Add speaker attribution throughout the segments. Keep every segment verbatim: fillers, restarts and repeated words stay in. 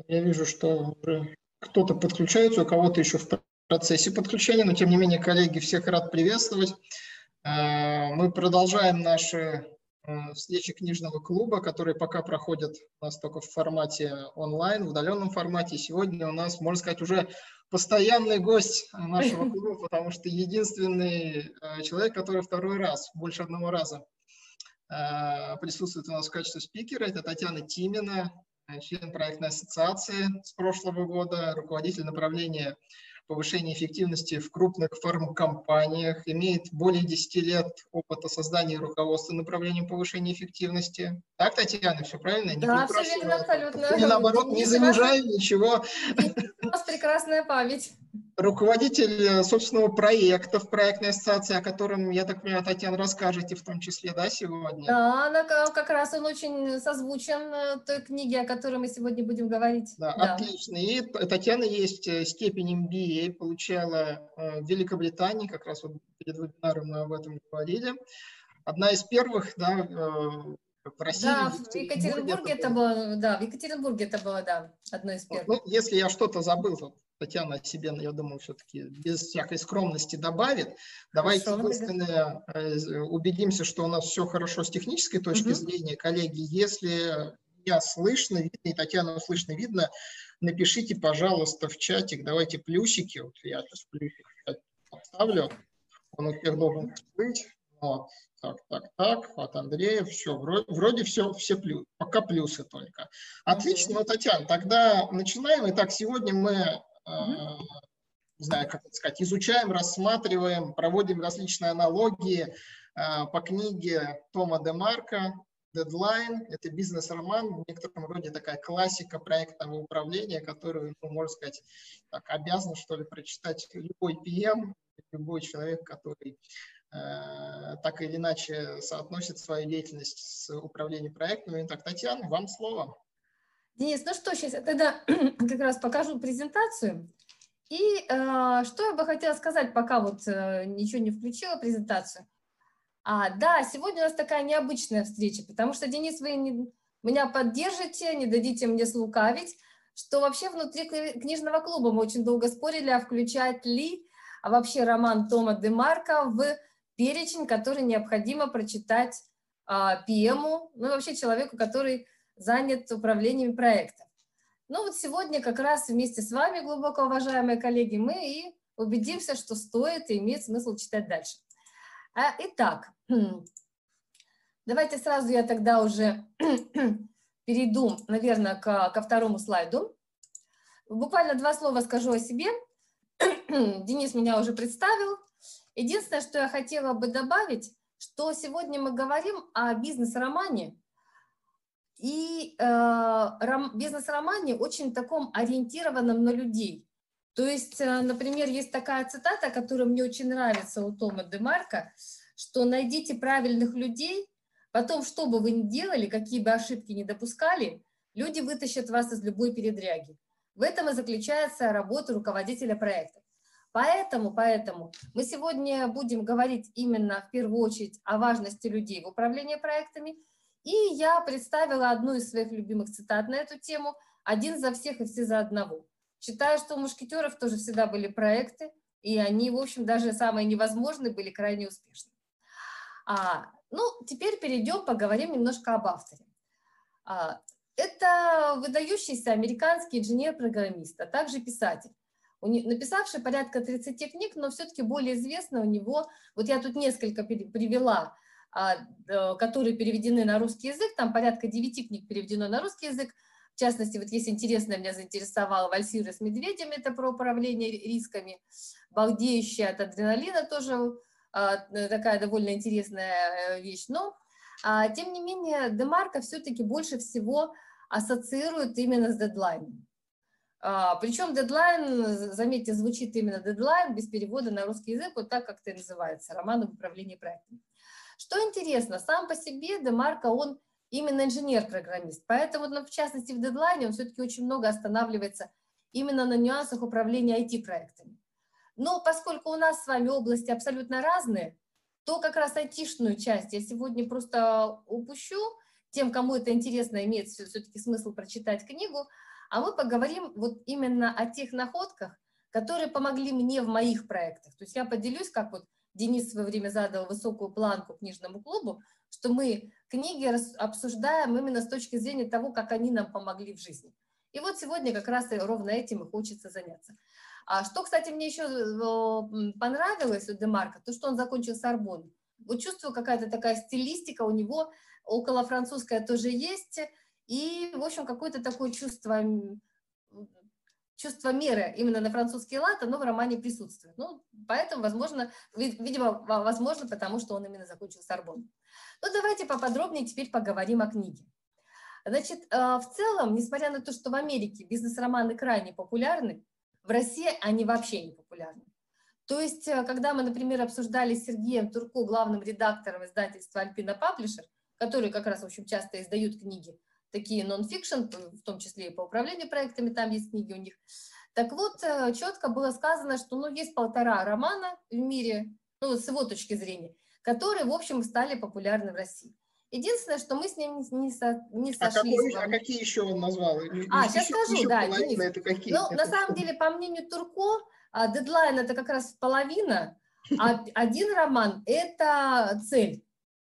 Speaker 1: Я вижу, что уже кто-то подключается, у кого-то еще в процессе подключения, но тем не менее, коллеги, всех рад приветствовать. Мы продолжаем наши встречи книжного клуба, которые пока проходят у нас только в формате онлайн, в удаленном формате. Сегодня у нас, можно сказать, уже постоянный гость нашего клуба, потому что единственный человек, который второй раз, больше одного раза присутствует у нас в качестве спикера, это Татьяна Тимина, член проектной ассоциации с прошлого года, руководитель направления повышения эффективности в крупных фармкомпаниях, имеет более десяти лет опыта создания и руководства направлением повышения эффективности. Так, Татьяна, все правильно?
Speaker 2: Да, все верно, абсолютно.
Speaker 1: И наоборот, не занижаю ничего.
Speaker 2: У вас прекрасная память.
Speaker 1: Руководитель собственного проекта в проектной ассоциации, о котором, я так понимаю, Татьяна, расскажете в том числе, да, сегодня?
Speaker 2: Да, она, как раз он очень созвучен той книге, о которой мы сегодня будем говорить.
Speaker 1: Да,
Speaker 2: да.
Speaker 1: Отлично. И Татьяна есть степень эм би эй, получала в Великобритании, как раз вот перед вебинаром мы об этом говорили. Одна из первых, да, в России.
Speaker 2: Да, в Екатеринбурге это было, было, да, в Екатеринбурге это было, да, одно из первых.
Speaker 1: Ну, если я что-то забыл, то Татьяна о себе, я думаю, все-таки без всякой скромности добавит. Давайте, собственно, убедимся, что у нас все хорошо с технической точки угу. зрения, коллеги. Если меня слышно, видно, и Татьяну слышно, видно, напишите, пожалуйста, в чатик, давайте плюсики. Вот я сейчас плюсик поставлю, он у всех должен быть. Вот. Так, так, так, от Андрея, все, вроде, вроде все, все плюс, пока плюсы только. Отлично, ну, Татьяна, тогда начинаем. Итак, сегодня мы, э, не знаю, как это сказать, изучаем, рассматриваем, проводим различные аналогии э, по книге Тома де Марко «Дедлайн». Это бизнес-роман, в некотором роде такая классика проектного управления, которую, ну, можно сказать, так, обязан, что ли, прочитать любой пи эм, любой человек, который так или иначе соотносит свою деятельность с управлением проектами. Итак, Татьяна, вам слово.
Speaker 2: Денис, ну что, сейчас я тогда как раз покажу презентацию. И э, что я бы хотела сказать, пока вот э, ничего не включила презентацию. А, да, сегодня у нас такая необычная встреча, потому что, Денис, вы не, меня поддержите, не дадите мне слукавить, что вообще внутри книжного клуба мы очень долго спорили, а включать ли а вообще роман Тома де Марко в перечень, который необходимо прочитать а, пи эм-у, ну и вообще человеку, который занят управлением проектом. Ну вот сегодня как раз вместе с вами, глубоко уважаемые коллеги, мы и убедимся, что стоит и имеет смысл читать дальше. А, итак, давайте сразу я тогда уже перейду, наверное, к, ко второму слайду. Буквально два слова скажу о себе. Денис меня уже представил. Единственное, что я хотела бы добавить, что сегодня мы говорим о бизнес-романе, и э, бизнес-романе очень таком ориентированном на людей. То есть, э, например, есть такая цитата, которая мне очень нравится у Тома де Марко, что найдите правильных людей, потом, что бы вы ни делали, какие бы ошибки ни допускали, люди вытащат вас из любой передряги. В этом и заключается работа руководителя проекта. Поэтому, поэтому мы сегодня будем говорить именно в первую очередь о важности людей в управлении проектами. И я представила одну из своих любимых цитат на эту тему: «Один за всех и все за одного». Считаю, что у мушкетеров тоже всегда были проекты, и они, в общем, даже самые невозможные были крайне успешны. А, ну, теперь перейдем, поговорим немножко об авторе. А, это выдающийся американский инженер-программист, а также писатель, написавший порядка тридцати книг, но все-таки более известно у него, вот я тут несколько привела, которые переведены на русский язык, там порядка девяти книг переведено на русский язык. В частности, вот есть интересное, меня заинтересовало «Вальсируя с медведями», это про управление рисками, «Балдеющая от адреналина», тоже такая довольно интересная вещь. Но, тем не менее, де Марко все-таки больше всего ассоциирует именно с дедлайном. Причем дедлайн, заметьте, звучит именно дедлайн, без перевода на русский язык, вот так как это и называется, роман об управлении проектами. Что интересно, сам по себе де Марко, он именно инженер-программист, поэтому, ну, в частности, в дедлайне он все-таки очень много останавливается именно на нюансах управления ай ти-проектами. Но поскольку у нас с вами области абсолютно разные, то как раз айтишную часть я сегодня просто упущу. Тем, кому это интересно, имеет все-таки смысл прочитать книгу. а мы поговорим вот именно о тех находках, которые помогли мне в моих проектах. То есть я поделюсь, как вот Денис в свое время задал высокую планку книжному клубу, что мы книги обсуждаем именно с точки зрения того, как они нам помогли в жизни. И вот сегодня как раз и ровно этим и хочется заняться. А что, кстати, мне еще понравилось у Демарка, то, что он закончил Сорбонну. Вот чувствую, какая-то такая стилистика у него, около французская тоже есть, и, в общем, какое-то такое чувство, чувство меры именно на французский лад, оно в романе присутствует. Ну, поэтому, возможно, видимо, возможно, потому что он именно закончил Сорбонну. Ну, давайте поподробнее теперь поговорим о книге. Значит, в целом, несмотря на то, что в Америке бизнес-романы крайне популярны, в России они вообще не популярны. То есть, когда мы, например, обсуждали с Сергеем Турко, главным редактором издательства «Альпина Паблишер», которые как раз, в общем, часто издают книги, такие нон-фикшн, в том числе и по управлению проектами, там есть книги у них. Так вот, четко было сказано, что ну, есть полтора романа в мире, ну, с его точки зрения, которые, в общем, стали популярны в России. Единственное, что мы с ним не, со, не сошлись.
Speaker 1: А, какой, а какие еще он назвал?
Speaker 2: А, сейчас
Speaker 1: еще,
Speaker 2: скажу,
Speaker 1: еще
Speaker 2: да, Денис.
Speaker 1: это какие?
Speaker 2: Ну,
Speaker 1: это
Speaker 2: на самом
Speaker 1: что?
Speaker 2: деле, по мнению Турко, дедлайн это как раз половина, а один роман это цель.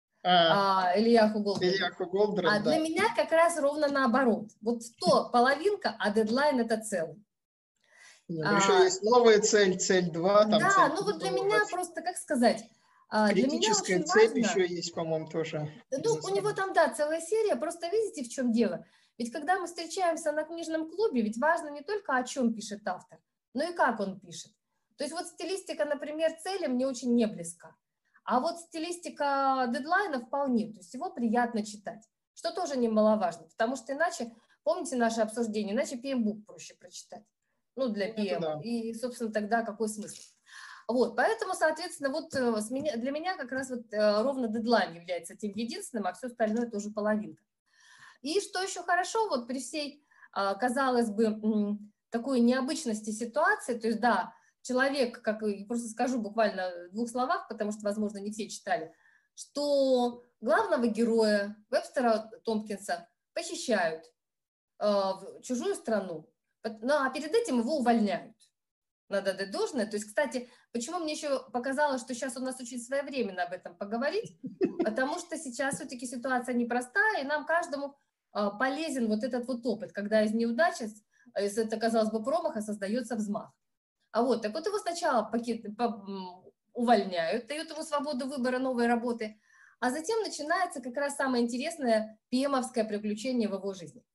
Speaker 2: А, Ильяху Голдрат.
Speaker 1: Ильяху Голдрат,
Speaker 2: а
Speaker 1: да.
Speaker 2: для меня как раз ровно наоборот. Вот то половинка, а дедлайн это целый.
Speaker 1: Нет, а, еще есть новая цель, цель два. Там
Speaker 2: да,
Speaker 1: цель
Speaker 2: ну вот для
Speaker 1: два,
Speaker 2: меня просто, как сказать, для меня очень
Speaker 1: цель
Speaker 2: важно...
Speaker 1: еще есть, по-моему, тоже.
Speaker 2: Ну, у него там, да, целая серия, просто видите, в чем дело? Ведь когда мы встречаемся на книжном клубе, ведь важно не только о чем пишет автор, но и как он пишет. То есть вот стилистика, например, цели мне очень не близка. А вот стилистика дедлайна вполне, то есть его приятно читать, что тоже немаловажно, потому что иначе, помните наше обсуждение, иначе пи эм-бук проще прочитать, ну, для пи эм, да. И, собственно, тогда какой смысл? Вот, поэтому, соответственно, вот для меня как раз вот ровно дедлайн является тем единственным, а все остальное тоже половинка. И что еще хорошо, вот при всей, казалось бы, такой необычности ситуации, то есть, да, человек, как я просто скажу буквально в двух словах, потому что, возможно, не все читали, что главного героя Вебстера Томпкинса похищают э, в чужую страну, ну, а перед этим его увольняют. Надо отдать должное. То есть, кстати, почему мне еще показалось, что сейчас у нас очень своевременно об этом поговорить, потому что сейчас все-таки ситуация непростая, и нам каждому э, полезен вот этот вот опыт, когда из неудачи, если это, казалось бы, промаха, создается взмах. А вот, так вот его сначала пакет, по, увольняют, дают ему свободу выбора новой работы, а затем начинается как раз самое интересное пи эм-овское приключение в его жизни.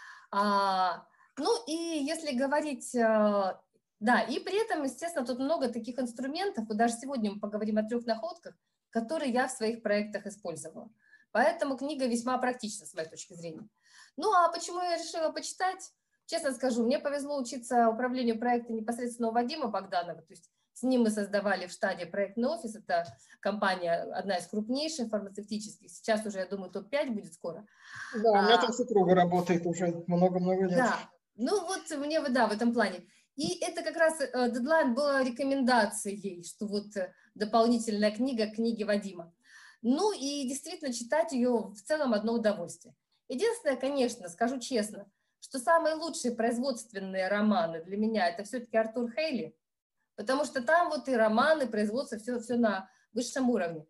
Speaker 2: А, ну и если говорить, а, да, и при этом, естественно, тут много таких инструментов, и даже сегодня мы поговорим о трех находках, которые я в своих проектах использовала. Поэтому книга весьма практична с моей точки зрения. Ну а почему я решила почитать? Честно скажу, мне повезло учиться управлению проекта непосредственно у Вадима Богданова, то есть с ним мы создавали в штате проектный офис, это компания одна из крупнейших фармацевтических, сейчас уже, я думаю, топ пять будет скоро.
Speaker 1: Да, у меня а, там супруга работает уже много-много лет.
Speaker 2: Да, ну вот мне, да, в этом плане. И это как раз дедлайн была рекомендацией, что вот дополнительная книга к книге Вадима. Ну и действительно читать ее в целом одно удовольствие. Единственное, конечно, скажу честно, что самые лучшие производственные романы для меня это все-таки Артур Хейли, потому что там вот и романы, производство, все, все на высшем уровне.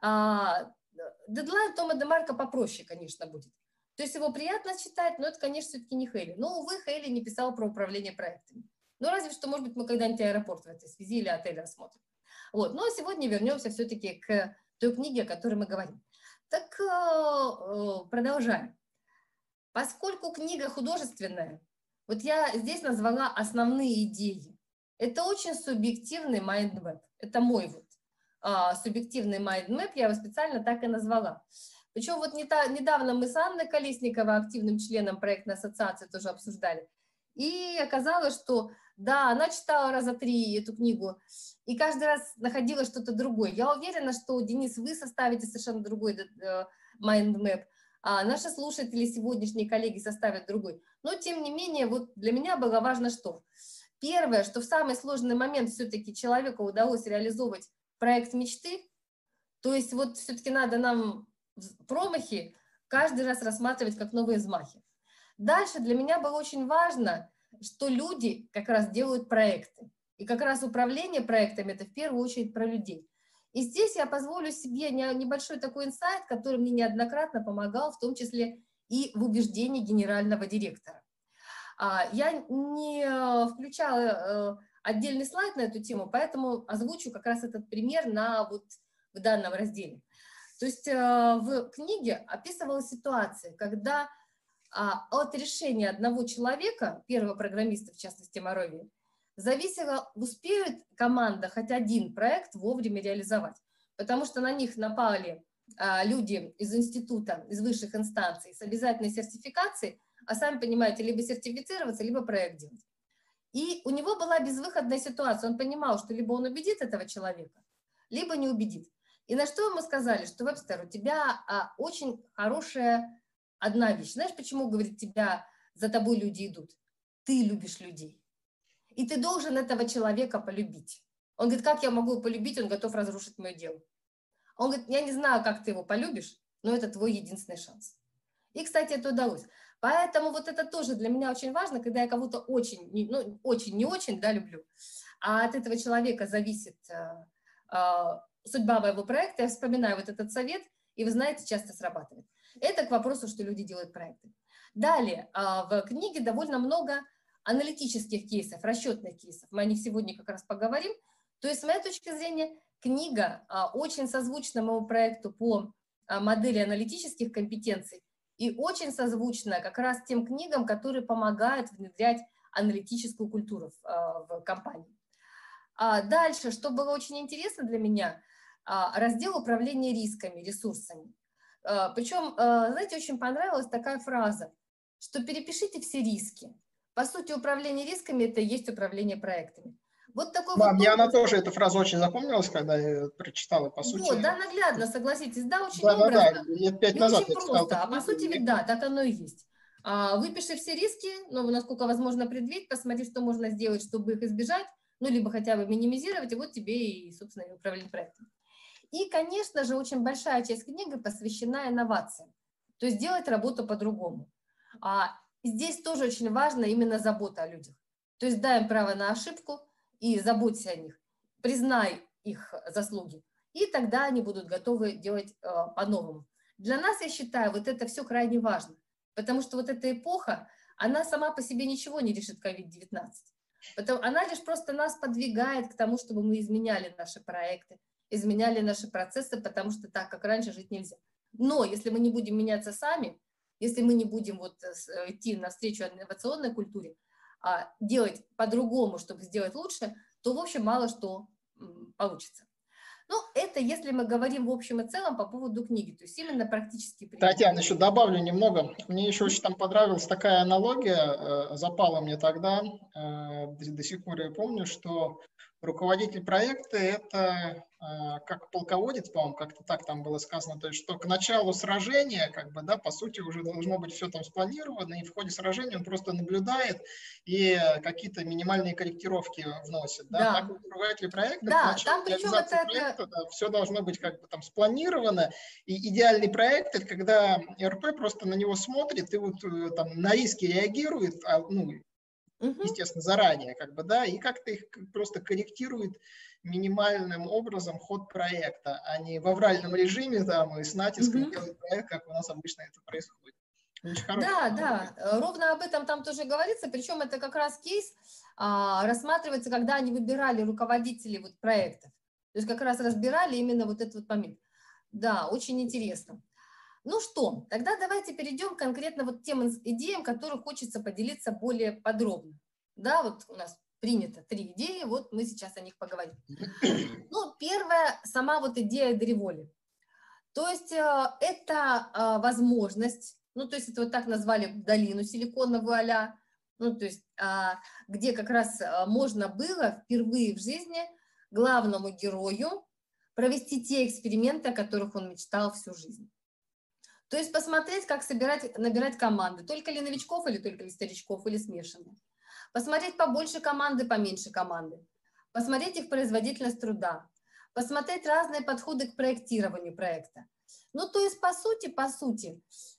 Speaker 2: А дедлайн Тома Демарко попроще, конечно, будет. То есть его приятно читать, но это, конечно, все-таки не Хейли. Но, увы, Хейли не писал про управление проектами. Ну, разве что, может быть, мы когда-нибудь аэропорт в этой связи или отель рассмотрим. Вот. Но сегодня вернемся все-таки к той книге, о которой мы говорим. Так, продолжаем. Поскольку книга художественная, вот я здесь назвала основные идеи. Это очень субъективный майндмэп. Это мой вот а, субъективный майндмэп, я его специально так и назвала. Причем вот не та, недавно мы с Анной Колесниковой, активным членом проектной ассоциации, тоже обсуждали. И оказалось, что да, она читала раза три эту книгу, и каждый раз находила что-то другое. Я уверена, что, Денис, вы составите совершенно другой майндмэп. А наши слушатели, сегодняшние коллеги составят другой. Но, тем не менее, вот для меня было важно что? Первое, что в самый сложный момент все-таки человеку удалось реализовывать проект мечты, то есть вот все-таки надо нам промахи каждый раз рассматривать как новые взмахи. Дальше для меня было очень важно, что люди как раз делают проекты. И как раз управление проектами – это в первую очередь про людей. И здесь я позволю себе небольшой такой инсайт, который мне неоднократно помогал, в том числе и в убеждении генерального директора. Я не включала отдельный слайд на эту тему, поэтому озвучу как раз этот пример на вот в данном разделе. То есть в книге описывалась ситуация, когда от решения одного человека, первого программиста, в частности Моровии, зависело, успеет команда хоть один проект вовремя реализовать, потому что на них напали люди из института, из высших инстанций с обязательной сертификацией, а сами понимаете, либо сертифицироваться, либо проект делать. И у него была безвыходная ситуация. Он понимал, что либо он убедит этого человека, либо не убедит. И на что ему сказали, что, Вебстер, у тебя а, очень хорошая одна вещь. Знаешь, почему, говорит, тебя, за тобой люди идут? Ты любишь людей. И ты должен этого человека полюбить. Он говорит, как я могу его полюбить? Он готов разрушить мое дело. Он говорит, я не знаю, как ты его полюбишь, но это твой единственный шанс. И, кстати, это удалось. Поэтому вот это тоже для меня очень важно, когда я кого-то очень, ну, очень, не очень, да, люблю, а от этого человека зависит э, э, судьба моего проекта, я вспоминаю вот этот совет, и вы знаете, часто срабатывает. Это к вопросу, что люди делают проекты. Далее, э, в книге довольно много аналитических кейсов, расчетных кейсов. Мы о них сегодня как раз поговорим. То есть, с моей точки зрения, книга э, очень созвучна моему проекту по э, модели аналитических компетенций, и очень созвучно как раз тем книгам, которые помогают внедрять аналитическую культуру в, в компании. А дальше, что было очень интересно для меня, раздел управления рисками, ресурсами. Причем, знаете, очень понравилась такая фраза, что перепишите все риски. По сути, управление рисками – это и есть управление проектами. Вот такой
Speaker 1: да,
Speaker 2: вот
Speaker 1: мне она тоже, эта фраза очень запомнилась, когда я прочитала, по сути.
Speaker 2: Вот, да, наглядно, согласитесь, да, очень
Speaker 1: да,
Speaker 2: образно.
Speaker 1: Да, да, лет пять
Speaker 2: и
Speaker 1: назад
Speaker 2: очень
Speaker 1: я читал
Speaker 2: просто, а по сути ведь да, так оно и есть. А, выпиши все риски, ну, насколько возможно предвидеть, посмотри, что можно сделать, чтобы их избежать, ну, либо хотя бы минимизировать, и вот тебе и, собственно, и управление проектом. И, конечно же, очень большая часть книги посвящена инновациям, то есть делать работу по-другому. А здесь тоже очень важно именно забота о людях. То есть дай им право на ошибку и заботься о них, признай их заслуги, и тогда они будут готовы делать э, по-новому. Для нас, я считаю, вот это все крайне важно, потому что вот эта эпоха, она сама по себе ничего не решит ковид девятнадцать. Она лишь просто нас подвигает к тому, чтобы мы изменяли наши проекты, изменяли наши процессы, потому что так, как раньше, жить нельзя. Но если мы не будем меняться сами, если мы не будем вот идти навстречу инновационной культуре, а делать по-другому, чтобы сделать лучше, то, в общем, мало что получится. Ну, это если мы говорим в общем и целом по поводу книги, то есть именно практически.
Speaker 1: Татьяна, еще добавлю немного. Мне еще очень там понравилась такая аналогия, запала мне тогда, до сих пор я помню, что руководитель проекта – это как полководец, по-моему, как-то так там было сказано, то есть что к началу сражения, как бы, да, по сути, уже должно быть все там спланировано, и в ходе сражения он просто наблюдает и какие-то минимальные корректировки вносит, да,
Speaker 2: да.
Speaker 1: Так вот руководитель проекта,
Speaker 2: да,
Speaker 1: к началу
Speaker 2: там,
Speaker 1: реализации
Speaker 2: это...
Speaker 1: проекта, да, все должно быть как бы там спланировано, и идеальный проект – это когда РП просто на него смотрит и вот там на риски реагирует, ну, естественно, заранее, как бы, да, и как-то их просто корректирует минимальным образом ход проекта, а не в авральном режиме там и с натиском угу. делать проект, как у нас обычно это происходит.
Speaker 2: Да, да, ровно об этом там тоже говорится, причем это как раз кейс а, рассматривается, когда они выбирали руководителей вот проектов, то есть как раз разбирали именно вот этот вот момент. Да, очень интересно. Ну что, тогда давайте перейдем конкретно вот к тем идеям, которые хочется поделиться более подробно. Да, вот у нас принято три идеи, вот мы сейчас о них поговорим. Ну, первая, сама вот идея древоли. То есть это возможность, ну, то есть это вот так назвали долину силиконовую а-ля, ну, то есть где как раз можно было впервые в жизни главному герою провести те эксперименты, о которых он мечтал всю жизнь. То есть посмотреть, как собирать, набирать команды, только ли новичков или только ли старичков, или смешанные. Посмотреть побольше команды, поменьше команды. Посмотреть их производительность труда. Посмотреть разные подходы к проектированию проекта. Ну, то есть, по сути, по сути,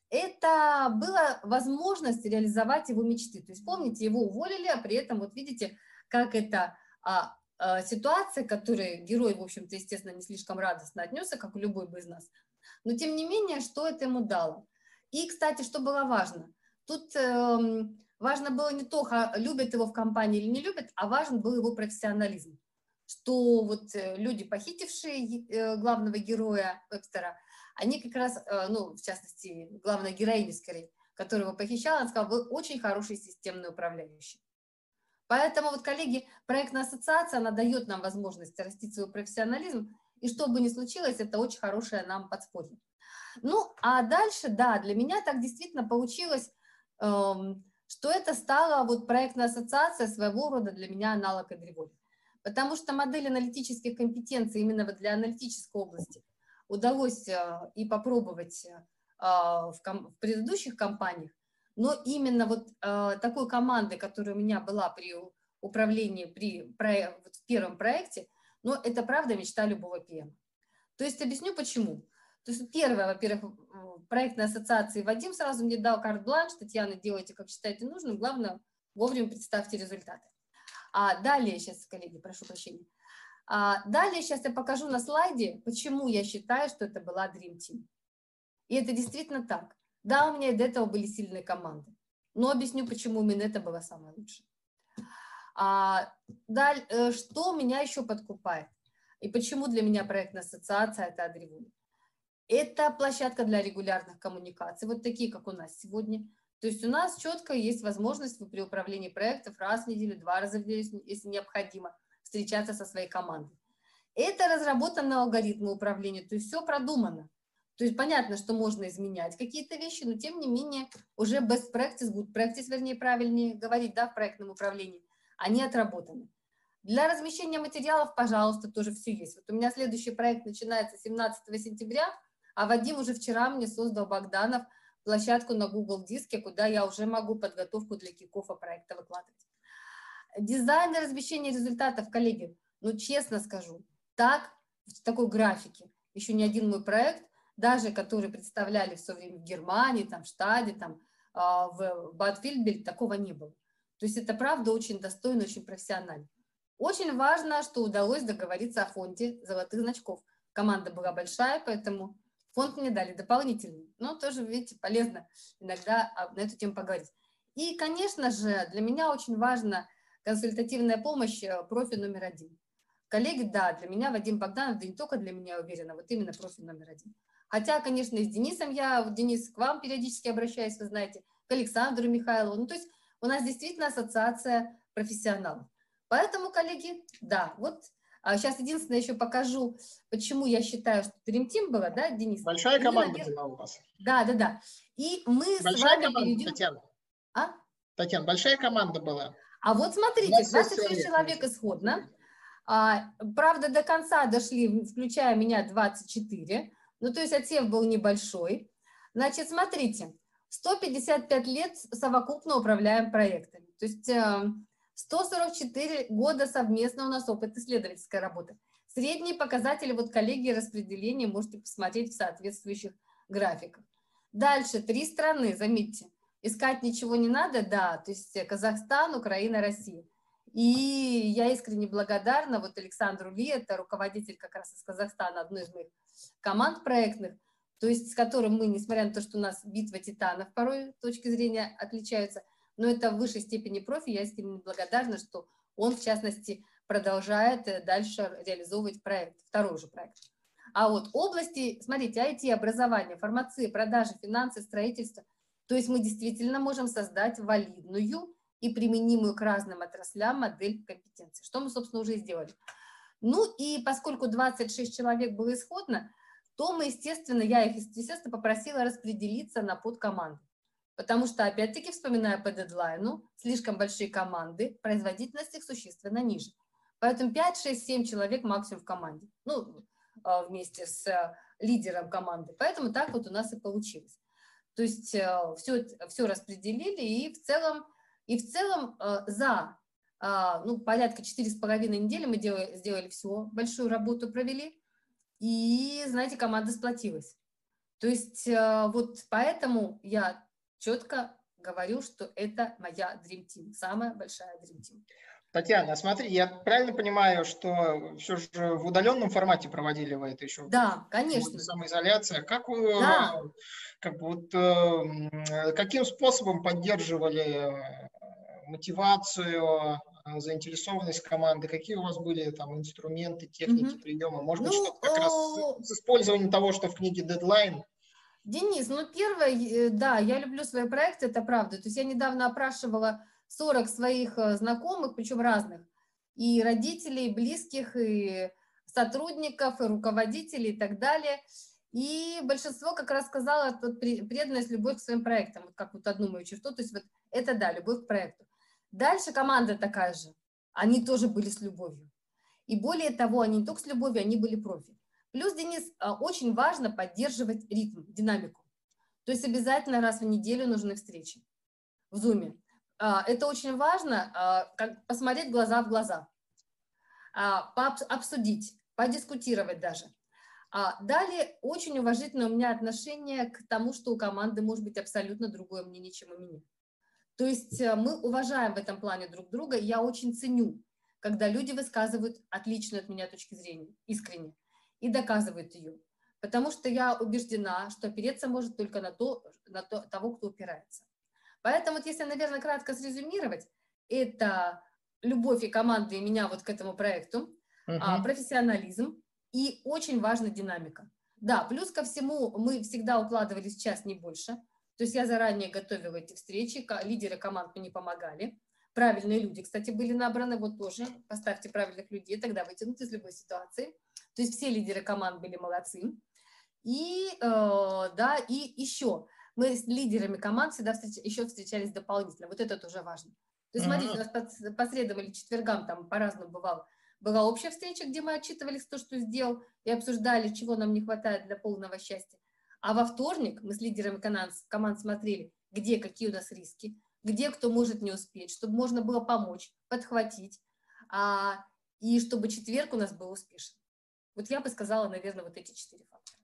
Speaker 2: это была возможность реализовать его мечты. То есть, помните, его уволили, а при этом, вот видите, как это а, а, ситуация, к которой герой, в общем-то, естественно, не слишком радостно отнесся, как любой бы из нас. Но, тем не менее, что это ему дало? И, кстати, что было важно? Тут э, важно было не то, любят его в компании или не любят, а важен был его профессионализм. Что вот люди, похитившие главного героя Вебстера, они как раз, ну, в частности, главная героиня, скорее, которая его похищала, она сказала: вы очень хороший системный управляющий. Поэтому, вот, коллеги, проектная ассоциация, она дает нам возможность растить свой профессионализм, и что бы ни случилось, это очень хорошее нам подспорье. Ну, а дальше, да, для меня так действительно получилось, эм, что это стала вот проектная ассоциация, своего рода для меня аналог Эдриволь. Потому что модель аналитических компетенций именно вот для аналитической области удалось э, и попробовать э, в, в предыдущих компаниях, но именно вот э, такой команды, которая у меня была при управлении при, про, вот в первом проекте, но это правда мечта любого пи эм. То есть объясню почему. То есть первое, во-первых, проектной ассоциации Вадим сразу мне дал карт-бланш: Татьяна, делайте, как считаете нужным, главное, вовремя представьте результаты. А далее, сейчас, коллеги, прошу прощения, а далее сейчас я покажу на слайде, почему я считаю, что это была Dream Team. И это действительно так. Да, у меня и до этого были сильные команды, но объясню, почему именно это было самое лучшее. А, далее, что меня еще подкупает? И почему для меня проектная ассоциация – это Адривуль? Это площадка для регулярных коммуникаций, вот такие, как у нас сегодня. То есть у нас четко есть возможность при управлении проектов раз в неделю, два раза в неделю, если необходимо, встречаться со своей командой. Это разработаны алгоритмы управления, то есть все продумано. То есть понятно, что можно изменять какие-то вещи, но тем не менее уже best practice, good practice, вернее, правильнее говорить, да, в проектном управлении, они отработаны. Для размещения материалов, пожалуйста, тоже все есть. Вот у меня следующий проект начинается семнадцатого сентября, а Вадим уже вчера мне создал, Богданов, площадку на Google Диске, куда я уже могу подготовку для кик-оффа проекта выкладывать. Дизайн и размещение результатов, коллеги, ну честно скажу, так, в такой графике, еще ни один мой проект, даже который представляли в свое время в Германии, там, в Штаде, там, в Бад Вильбельд, такого не было. То есть это правда очень достойно, очень профессионально. Очень важно, что удалось договориться о фонде золотых значков. Команда была большая, поэтому фонд мне дали дополнительный. Но тоже, видите, полезно иногда на эту тему поговорить. И, конечно же, для меня очень важна консультативная помощь, профиль номер один. Коллеги, да, для меня Вадим Богданов, да не только для меня, уверена, вот именно профиль номер один. Хотя, конечно, и с Денисом я, вот, Денис, к вам периодически обращаюсь, вы знаете, к Александру Михайлову. Ну, то есть у нас действительно ассоциация профессионалов. Поэтому, коллеги, да, вот а сейчас единственное еще покажу, почему я считаю, что Dream Team было, да, Денис?
Speaker 1: Большая
Speaker 2: и
Speaker 1: команда
Speaker 2: мы, наверное...
Speaker 1: была у вас.
Speaker 2: Да, да, да. И мы
Speaker 1: большая
Speaker 2: с вами
Speaker 1: команда,
Speaker 2: перейдем...
Speaker 1: Татьяна?
Speaker 2: А?
Speaker 1: Татьяна, большая команда была.
Speaker 2: А вот смотрите, двадцать шесть человек исходно. А, правда, до конца дошли, включая меня, двадцать четыре. Ну, то есть отсев был небольшой. Значит, смотрите, сто пятьдесят пять лет совокупно управляем проектами. То есть сто сорок четыре года совместно у нас опыт исследовательской работы. Средние показатели, вот, коллеги, распределения можете посмотреть в соответствующих графиках. Дальше, три страны, заметьте. Искать ничего не надо, да, то есть Казахстан, Украина, Россия. И я искренне благодарна вот Александру Ли, это руководитель как раз из Казахстана, одной из моих команд проектных, то есть с которым мы, несмотря на то, что у нас битва титанов порой с точки зрения отличаются, но это в высшей степени профи, я искренне благодарна, что он, в частности, продолжает дальше реализовывать проект, второй уже проект. А вот области, смотрите, ай ти, образование, фармация, продажи, финансы, строительство, то есть мы действительно можем создать валидную и применимую к разным отраслям модель компетенций, что мы, собственно, уже и сделали. Ну и поскольку двадцать шесть человек было исходно, то мы, естественно, я их, естественно, попросила распределиться на подкоманды. Потому что, опять-таки, вспоминая по дедлайну, слишком большие команды, производительность их существенно ниже. Поэтому пять, шесть, семь человек максимум в команде, ну, вместе с лидером команды. Поэтому так вот у нас и получилось. То есть все, все распределили, и в целом, и в целом за ну, порядка четыре с половиной недели мы делали, сделали все, большую работу провели, и, знаете, команда сплотилась. То есть э, вот поэтому я четко говорю, что это моя Dream Team, самая большая Dream Team.
Speaker 1: Татьяна, смотри, я правильно понимаю, что все же в удаленном формате проводили вы это еще?
Speaker 2: Да, конечно.
Speaker 1: Самоизоляция. Как вы,
Speaker 2: Да.
Speaker 1: как вот, каким способом поддерживали мотивацию, заинтересованность команды? Какие у вас были там инструменты, техники, угу. приемы? Может быть, ну, что-то как раз с, с использованием того, что в книге «Дедлайн»?
Speaker 2: Денис, ну первое, да, я люблю свои проекты, это правда. То есть я недавно опрашивала сорок своих знакомых, причем разных, и родителей, и близких, и сотрудников, и руководителей, и так далее. И большинство как раз сказало вот, преданность, любовь к своим проектам, вот как вот одну мою черту, то есть вот это да, любовь к проекту. Дальше команда такая же, они тоже были с любовью. И более того, они не только с любовью, они были профи. Плюс, Денис, очень важно поддерживать ритм, динамику. То есть обязательно раз в неделю нужны встречи в Zoom. Это очень важно, как посмотреть глаза в глаза, обсудить, подискутировать даже. Далее, очень уважительное у меня отношение к тому, что у команды может быть абсолютно другое мнение, чем у меня. То есть мы уважаем в этом плане друг друга. Я очень ценю, когда люди высказывают отличную от меня точки зрения, искренне, и доказывают ее. Потому что я убеждена, что опереться может только на, то, на то, того, кто упирается. Поэтому, вот если, наверное, кратко срезюмировать, это любовь и команды и меня вот к этому проекту, uh-huh. профессионализм и очень важна динамика. Да, плюс ко всему мы всегда укладывались в час, не больше. То есть я заранее готовила эти встречи, лидеры команд мне помогали. Правильные люди, кстати, были набраны, вот тоже поставьте правильных людей, тогда вытянут из любой ситуации. То есть все лидеры команд были молодцы. И, э, да, и еще мы с лидерами команд всегда встреч, еще встречались дополнительно. Вот это тоже важно. То есть, смотрите, у нас по, по средам или четвергам там по-разному бывало. Была общая встреча, где мы отчитывались, кто что сделал, и обсуждали, чего нам не хватает для полного счастья. А во вторник мы с лидерами команд, команд смотрели, где какие у нас риски, где кто может не успеть, чтобы можно было помочь, подхватить, а, и чтобы четверг у нас был успешен. Вот я бы сказала, наверное, вот эти четыре фактора.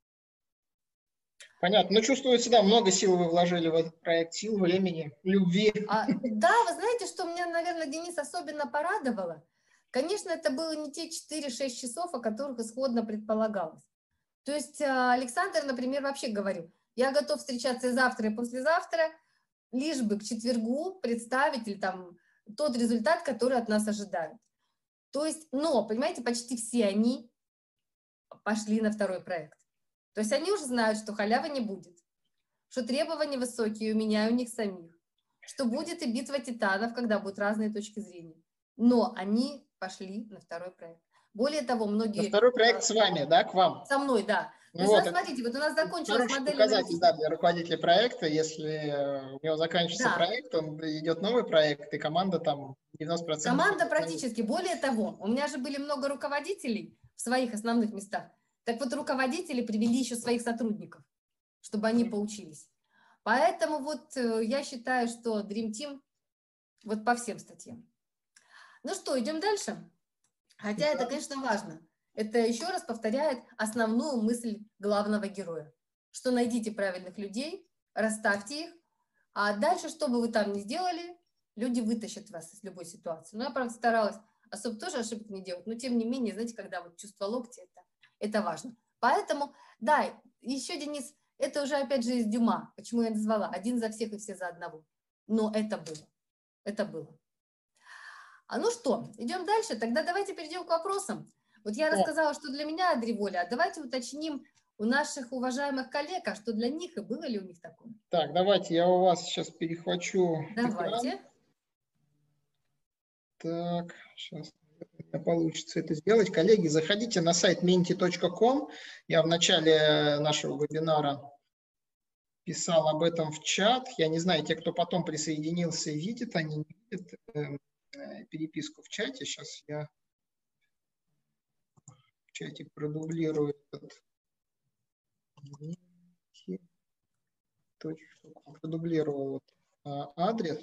Speaker 1: Понятно. Ну, чувствуется, да, много сил вы вложили в этот проект, сил, времени, любви.
Speaker 2: А, да, вы знаете, что меня, наверное, Денис особенно порадовало? Конечно, это было не те четыре-шесть часов, о которых исходно предполагалось. То есть Александр, например, вообще говорил, я готов встречаться и завтра, и послезавтра, лишь бы к четвергу представить или там тот результат, который от нас ожидают. То есть, но, понимаете, почти все они пошли на второй проект. То есть они уже знают, что халявы не будет, что требования высокие у меня и у них самих, что будет и битва титанов, когда будут разные точки зрения. Но они пошли на второй проект. Более того, многие...
Speaker 1: На второй проект с вами, да, к вам?
Speaker 2: Со мной, да.
Speaker 1: Ну
Speaker 2: То есть,
Speaker 1: вот,
Speaker 2: смотрите, вот у нас закончилась модель...
Speaker 1: показатель, да, для руководителя проекта. Если у него заканчивается да. проект, он идет новый проект, и команда там девяносто процентов...
Speaker 2: Команда практически. Более того, у меня же были много руководителей в своих основных местах. Так вот, руководители привели еще своих сотрудников, чтобы они поучились. Поэтому вот я считаю, что Dream Team вот по всем статьям. Ну что, идем дальше? Хотя да. это, конечно, важно. Это еще раз повторяет основную мысль главного героя, что найдите правильных людей, расставьте их, а дальше, что бы вы там ни сделали, люди вытащат вас из любой ситуации. Но я, правда, старалась особо тоже ошибок не делать, но тем не менее, знаете, когда вот чувство локтя, это, это важно. Поэтому, да, еще, Денис, это уже опять же из Дюма, почему я назвала «Один за всех и все за одного». Но это было, это было. А ну что, идем дальше, тогда давайте перейдем к вопросам. Вот я рассказала, что для меня Адреволя, а давайте уточним у наших уважаемых коллег, а что для них и было ли у них такое.
Speaker 1: Так, давайте я у вас сейчас перехвачу.
Speaker 2: Давайте.
Speaker 1: Экран. Так, сейчас получится это сделать. Коллеги, заходите на сайт мenti точка ком. Я в начале нашего вебинара писал об этом в чат. Я не знаю, те, кто потом присоединился, видят, они не видят э, переписку в чате. Сейчас я в чате продублирую этот продублировал вот, адрес.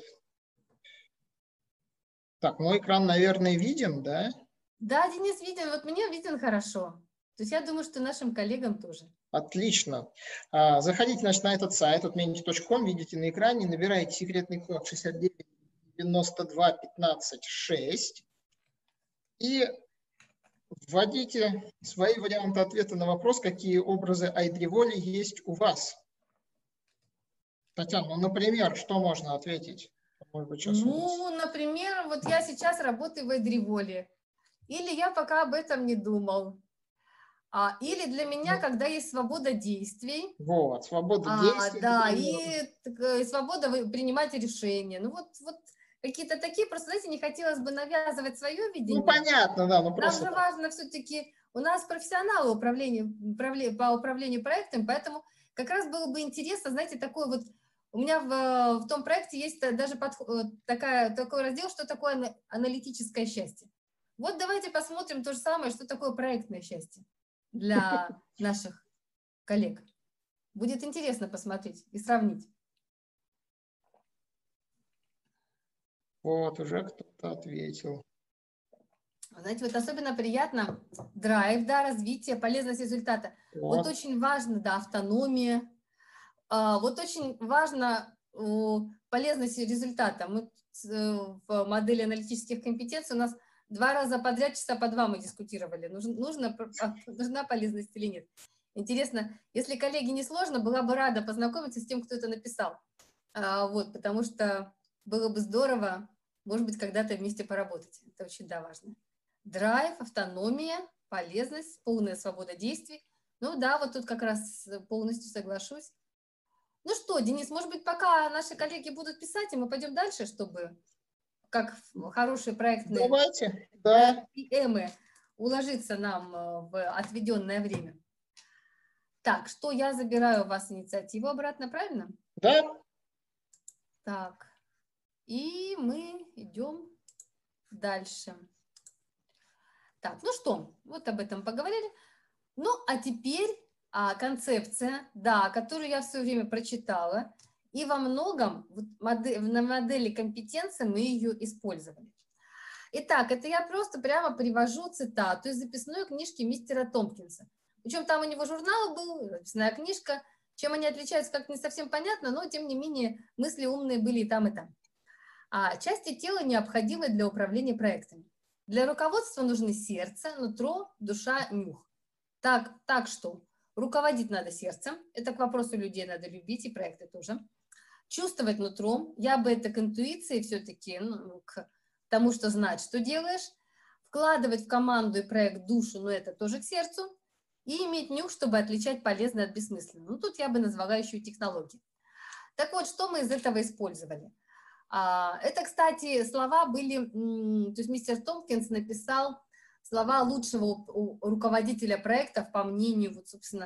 Speaker 1: Так, мой экран, наверное, виден, да?
Speaker 2: Да, Денис, виден. Вот мне виден хорошо. То есть я думаю, что нашим коллегам тоже.
Speaker 1: Отлично. Заходите, значит, на этот сайт, отмените точка ком, видите на экране, набираете секретный код шестьдесят девять девяносто два пятнадцать шесть и вводите свои варианты ответа на вопрос, какие образы айдриволи есть у вас. Татьяна, ну, например, что можно ответить? Может быть, сейчас
Speaker 2: ну, например, вот я сейчас работаю в айдриволе, или я пока об этом не думал. А, или для меня, когда есть свобода действий.
Speaker 1: Вот, свобода
Speaker 2: а,
Speaker 1: действий.
Speaker 2: Да, и, и свобода принимать решения. Ну вот, вот какие-то такие, просто, знаете, не хотелось бы навязывать свое видение.
Speaker 1: Ну, понятно, да. Ну, просто...
Speaker 2: Нам же важно все-таки, у нас профессионалы управления, по управлению проектом, поэтому как раз было бы интересно, знаете, такой вот, у меня в, в том проекте есть даже подход, такая, такой раздел, что такое аналитическое счастье. Вот давайте посмотрим то же самое, что такое проектное счастье для наших коллег. Будет интересно посмотреть и сравнить.
Speaker 1: Вот, уже кто-то ответил.
Speaker 2: Знаете, вот особенно приятно драйв, да, развитие, полезность результата. Вот, вот очень важно, да, автономия. Вот очень важно полезность результата. Мы в модели аналитических компетенций у нас два раза подряд, часа по два мы дискутировали, нужно, нужно, нужна полезность или нет. Интересно, если коллеге не сложно, была бы рада познакомиться с тем, кто это написал. Вот, потому что было бы здорово, может быть, когда-то вместе поработать. Это очень, да, важно. Драйв, автономия, полезность, полная свобода действий. Ну да, вот тут как раз полностью соглашусь. Ну что, Денис, может быть, пока наши коллеги будут писать, и мы пойдем дальше, чтобы, как хорошие проектные
Speaker 1: Давайте, да.
Speaker 2: пи эмы, уложиться нам в отведенное время. Так, что я забираю у вас инициативу обратно, правильно?
Speaker 1: Да.
Speaker 2: Так, и мы идем дальше. Так, ну что, вот об этом поговорили. Ну, а теперь а, концепция, да, которую я в свое время прочитала, и во многом вот, модель, на модели компетенции мы ее использовали. Итак, это я просто прямо привожу цитату из записной книжки мистера Томпкинса. Причем там у него журнал был, записная книжка. Чем они отличаются, как не совсем понятно, но тем не менее мысли умные были и там, и там. А части тела необходимы для управления проектами. Для руководства нужны сердце, нутро, душа, нюх. Так, так что руководить надо сердцем, это к вопросу людей надо любить, и проекты тоже. Чувствовать нутром, я бы это к интуиции все-таки, ну, к тому, что знать, что делаешь. Вкладывать в команду и проект душу, но это тоже к сердцу. И иметь нюх, чтобы отличать полезное от бессмысленного. Ну, тут я бы назвала еще и технологии. Так вот, что мы из этого использовали? Это, кстати, слова были, то есть мистер Томпкинс написал слова лучшего руководителя проектов, по мнению, вот, собственно,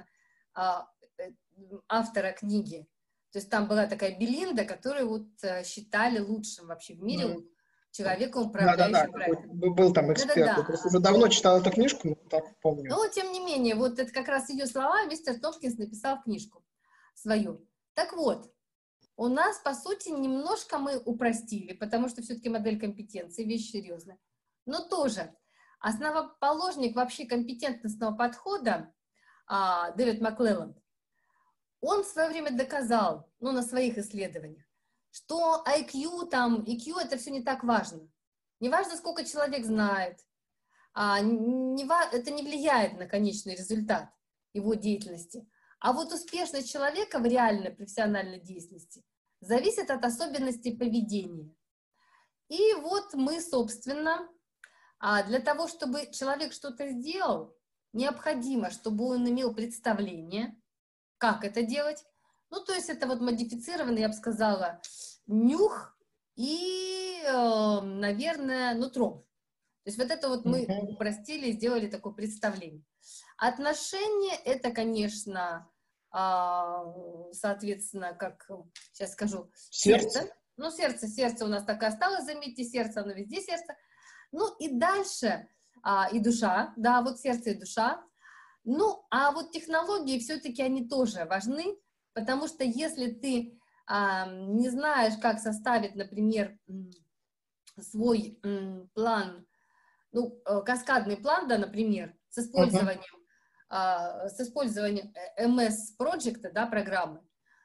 Speaker 2: автора книги. То есть там была такая Белинда, которую вот считали лучшим вообще в мире mm. человеком, управляющим да, да, да. проектом.
Speaker 1: Был там эксперт. Да, да, да. Я просто уже давно читал эту книжку, но так помню.
Speaker 2: Но, тем не менее, вот это как раз ее слова мистер Томпкинс написал в книжку свою. Так вот, у нас, по сути, немножко мы упростили, потому что все-таки модель компетенции, вещь серьезная. Но тоже основоположник вообще компетентностного подхода а, Дэвид Маклелланд, он в свое время доказал, ну, на своих исследованиях, что ай кью, там, и кью это все не так важно. Не важно, сколько человек знает, а, не, это не влияет на конечный результат его деятельности. А вот успешность человека в реальной профессиональной деятельности зависит от особенностей поведения. И вот мы, собственно, для того, чтобы человек что-то сделал, необходимо, чтобы он имел представление, как это делать. Ну, то есть это вот модифицированный, я бы сказала, нюх и, наверное, нутро. То есть вот это вот мы упростили и сделали такое представление. Отношения – это, конечно, соответственно, как сейчас скажу, сердце. сердце. Ну, сердце, сердце у нас так и осталось, заметьте, сердце, оно везде сердце. Ну, и дальше, а, и душа, да, вот сердце и душа. Ну, а вот технологии все-таки они тоже важны, потому что если ты а, не знаешь, как составить, например, свой м, план, ну, каскадный план, да, например, с использованием а, с использованием эм эс-проекта, да, программы,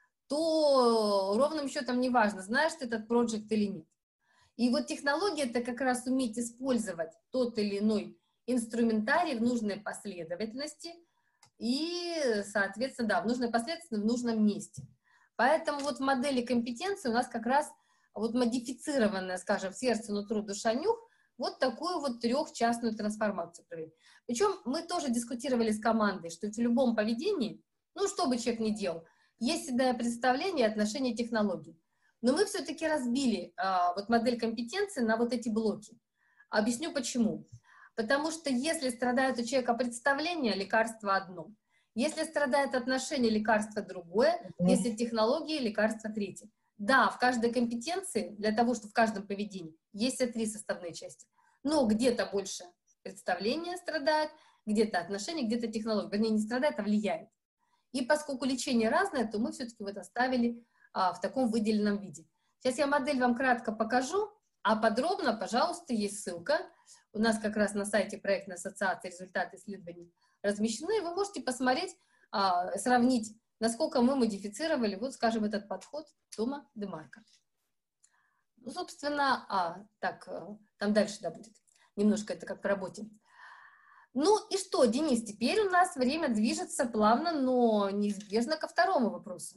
Speaker 2: то ровным счетом не важно, знаешь ты этот проект или нет. И вот технология — это как раз уметь использовать тот или иной инструментарий в нужной последовательности и, соответственно, да, в нужной последовательности, в нужном месте. Поэтому вот в модели компетенции у нас как раз вот модифицированная, скажем, сердце, нутро, душа, нюх, вот такую вот трехчастную трансформацию провели. Причем мы тоже дискутировали с командой, что в любом поведении, ну, что бы человек ни делал, есть всегда представление и отношение технологий. Но мы все-таки разбили а, вот модель компетенции на вот эти блоки. Объясню почему. Потому что если страдает у человека представление, лекарство одно. Если страдает отношение, лекарство другое. Mm-hmm. Если технологии, лекарство третье. Да, в каждой компетенции, для того, чтобы в каждом поведении, есть все три составные части. Но где-то больше представление страдает, где-то отношения, где-то технология. Вернее, не страдает, а влияет. И поскольку лечение разное, то мы все-таки вот оставили а, в таком выделенном виде. Сейчас я модель вам кратко покажу, а подробно, пожалуйста, есть ссылка. У нас как раз на сайте проектной ассоциации результаты исследований размещены. Вы можете посмотреть, а, сравнить, насколько мы модифицировали, вот, скажем, этот подход Тома Демарка. Ну, собственно, а, так, там дальше, да, будет. Немножко это как по работе. Ну и что, Денис, теперь у нас время движется плавно, но неизбежно ко второму вопросу.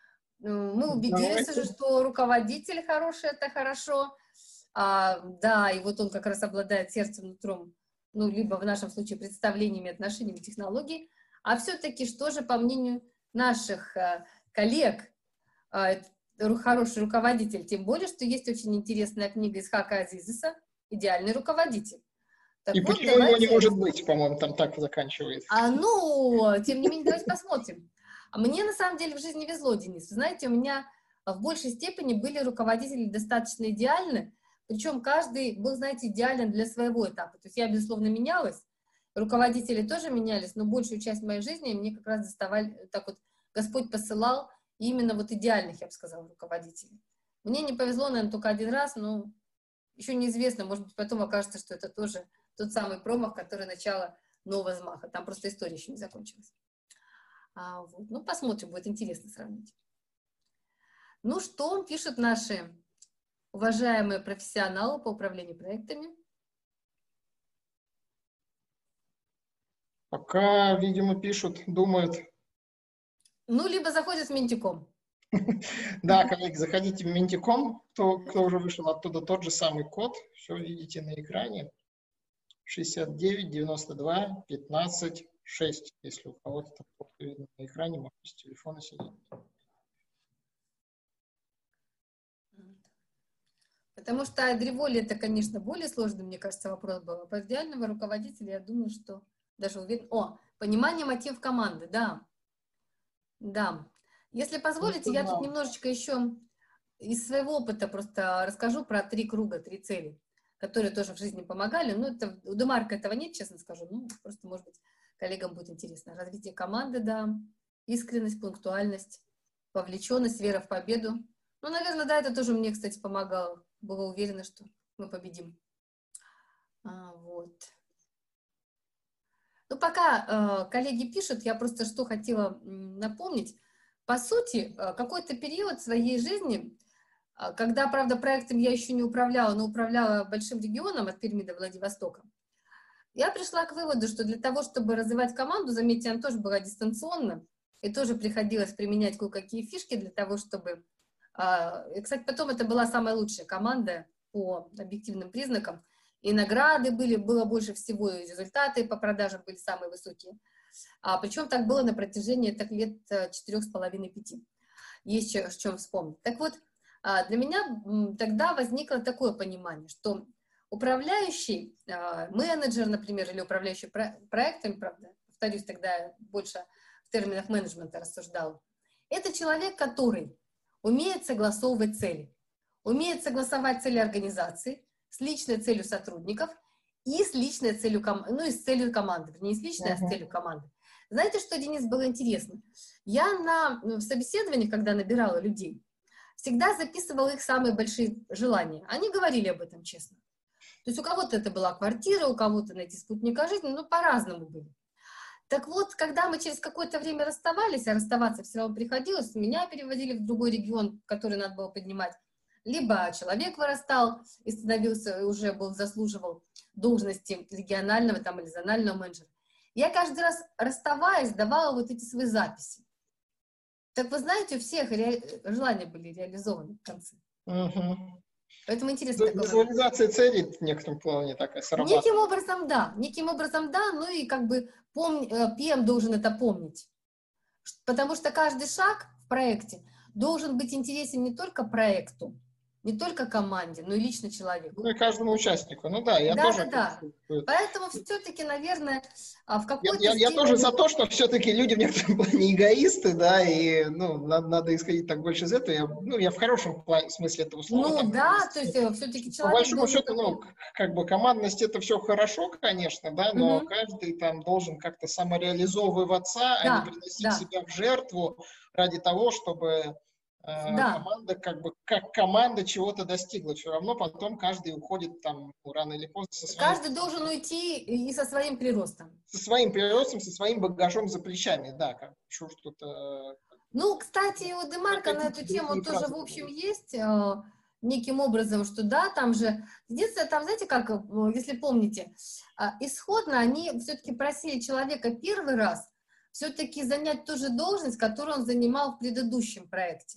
Speaker 2: Мы убедились уже, что руководитель хороший, это хорошо. А, да, и вот он как раз обладает сердцем, нутром, ну, либо в нашем случае представлениями, отношениями, технологий. А все-таки, что же, по мнению наших а, коллег, а, хороший руководитель, тем более, что есть очень интересная книга Исхака Азизеса «Идеальный руководитель».
Speaker 1: Так и вот, почему давайте... его не может быть, по-моему, там так заканчивается.
Speaker 2: А, ну, тем не менее, давайте посмотрим. Мне, на самом деле, в жизни везло, Денис. Вы знаете, у меня в большей степени были руководители достаточно идеальны, причем каждый был, знаете, идеален для своего этапа. То есть я, безусловно, менялась, руководители тоже менялись, но большую часть моей жизни мне как раз доставали, так вот, Господь посылал именно вот идеальных, я бы сказала, руководителей. Мне не повезло, наверное, только один раз, но еще неизвестно, может быть, потом окажется, что это тоже тот самый промах, который начало нового взмаха. Там просто история еще не закончилась. А, вот. Ну, посмотрим, будет интересно сравнить. Ну, что пишут наши уважаемые профессионалы по управлению проектами?
Speaker 1: Пока, видимо, пишут, думают.
Speaker 2: Ну, либо заходят в Ментиком.
Speaker 1: Да, коллеги, заходите в Ментиком, кто, кто уже вышел оттуда, тот же самый код, все видите на экране. шестьдесят девять девяносто два пятнадцать шесть. Если у кого-то там плохо видно на экране, можно с телефона сидеть.
Speaker 2: Потому что о древоле это, конечно, более сложный, мне кажется, вопрос был. А по идеального руководителя, я думаю, что даже уверен... О, понимание мотивов команды, да. Да. Если позволите, ну, я тут немножечко еще из своего опыта просто расскажу про три круга, три цели, которые тоже в жизни помогали. Ну, это, у Демарка этого нет, честно скажу. Ну, просто, может быть, коллегам будет интересно. Развитие команды, да, искренность, пунктуальность, вовлеченность, вера в победу. Ну, наверное, да, это тоже мне, кстати, помогало. Была уверена, что мы победим. А, вот. Ну, пока э, коллеги пишут, я просто что хотела напомнить. По сути, э, какой-то период своей жизни, э, когда, правда, проектом я еще не управляла, но управляла большим регионом от Перми до Владивостока, я пришла к выводу, что для того, чтобы развивать команду, заметьте, она тоже была дистанционно, и тоже приходилось применять кое-какие фишки для того, чтобы... Э, и, кстати, потом это была самая лучшая команда по объективным признакам. И награды были, было больше всего, и результаты по продажам были самые высокие. А, причем так было на протяжении так, лет четырех с половиной-пяти. Есть о чем вспомнить. Так вот, а, для меня тогда возникло такое понимание, что управляющий, а, менеджер, например, или управляющий про проектами, правда, повторюсь, тогда больше в терминах менеджмента рассуждал, это человек, который умеет согласовывать цели, умеет согласовать цели организации, с личной целью сотрудников и с личной целью, ком... ну, и с целью команды, не с личной, uh-huh. а с целью команды. Знаете, что, Денис, было интересно? Я на в собеседованиях, когда набирала людей, всегда записывала их самые большие желания. Они говорили об этом честно. То есть у кого-то это была квартира, у кого-то найти спутника жизни, ну, по-разному были. Так вот, когда мы через какое-то время расставались, а расставаться все равно приходилось, меня переводили в другой регион, который надо было поднимать, либо человек вырастал и становился, и уже был, заслуживал должности регионального там, или зонального менеджера. Я каждый раз, расставаясь, давала вот эти свои записи. Так вы знаете, у всех ре... желания были реализованы в конце.
Speaker 1: Угу.
Speaker 2: Поэтому интересно.
Speaker 1: Визуализация целей в некотором плане такая срабатывает.
Speaker 2: Неким образом, да. Неким образом, да, ну и как бы пом... пи эм должен это помнить. Потому что каждый шаг в проекте должен быть интересен не только проекту, не только команде, но и лично человеку.
Speaker 1: Ну и каждому участнику. Ну да, я
Speaker 2: да,
Speaker 1: тоже...
Speaker 2: Да, да. Поэтому все-таки, наверное, в какой-то
Speaker 1: Я, я,
Speaker 2: степени...
Speaker 1: я тоже за то, что все-таки люди в некотором плане эгоисты, да, и, ну, надо, надо исходить так больше из этого. Я, ну, я в хорошем плане, смысле этого слова.
Speaker 2: Ну
Speaker 1: там,
Speaker 2: да, то есть все-таки человек...
Speaker 1: По большому счету,
Speaker 2: такой...
Speaker 1: ну, как бы командность это все хорошо, конечно, да, но
Speaker 2: угу.
Speaker 1: каждый там должен как-то самореализовываться, да, а не приносить да. себя в жертву ради того, чтобы... Да. Команда, как бы, как команда чего-то достигла. Все равно потом каждый уходит там рано или поздно со своим...
Speaker 2: Каждый должен уйти и со своим приростом.
Speaker 1: Со своим приростом, со своим багажом за плечами, да, как что-то...
Speaker 2: Ну, кстати, у Демарка на эту тему тоже, в общем, есть э, неким образом, что да, там же... Единственное, там, знаете, как, если помните, э, исходно они все-таки просили человека первый раз все-таки занять ту же должность, которую он занимал в предыдущем проекте.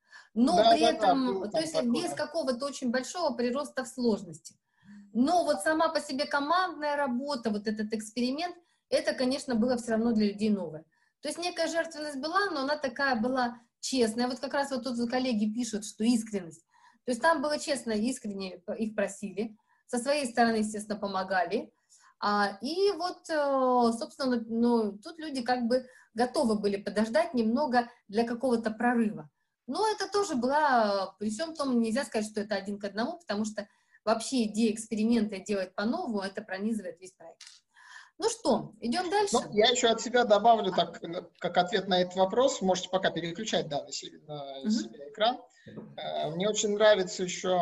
Speaker 2: Но да, при да, этом, да, то есть такое. Без какого-то очень большого прироста в сложности. Но вот сама по себе командная работа, вот этот эксперимент, это, конечно, было все равно для людей новое. То есть некая жертвенность была, но она такая была честная. Вот как раз вот тут коллеги пишут, что искренность. То есть там было честно, искренне их просили. Со своей стороны, естественно, помогали. А, и вот, собственно, ну, тут люди как бы готовы были подождать немного для какого-то прорыва. Но это тоже была, при всем том, нельзя сказать, что это один к одному, потому что вообще идея эксперимента делать по-новому, это пронизывает весь проект. Ну что, идем дальше?
Speaker 1: Ну, я еще от себя добавлю, так, как ответ на этот вопрос, можете пока переключать, да, на себя, на uh-huh. себя экран. Мне очень нравится еще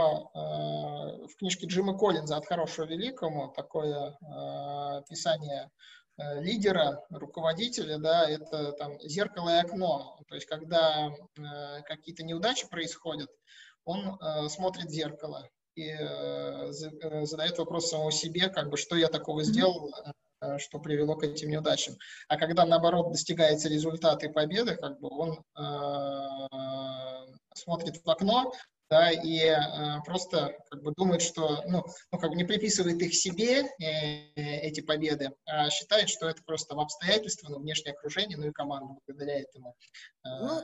Speaker 1: в книжке Джима Коллинза «От хорошего к великому» такое описание лидера, руководителя, да, это там зеркало и окно. То есть, когда э, какие-то неудачи происходят, он э, смотрит в зеркало и э, задает вопрос самому себе, как бы, что я такого сделал, э, что привело к этим неудачам. А когда, наоборот, достигается результат и победы, как бы он э, смотрит в окно, да, и э, просто как бы думает, что, ну, ну, как бы не приписывает их себе, э, эти победы, а считает, что это просто в обстоятельства, ну, внешнее окружение, ну и команда благодаря этому. Э,
Speaker 2: ну,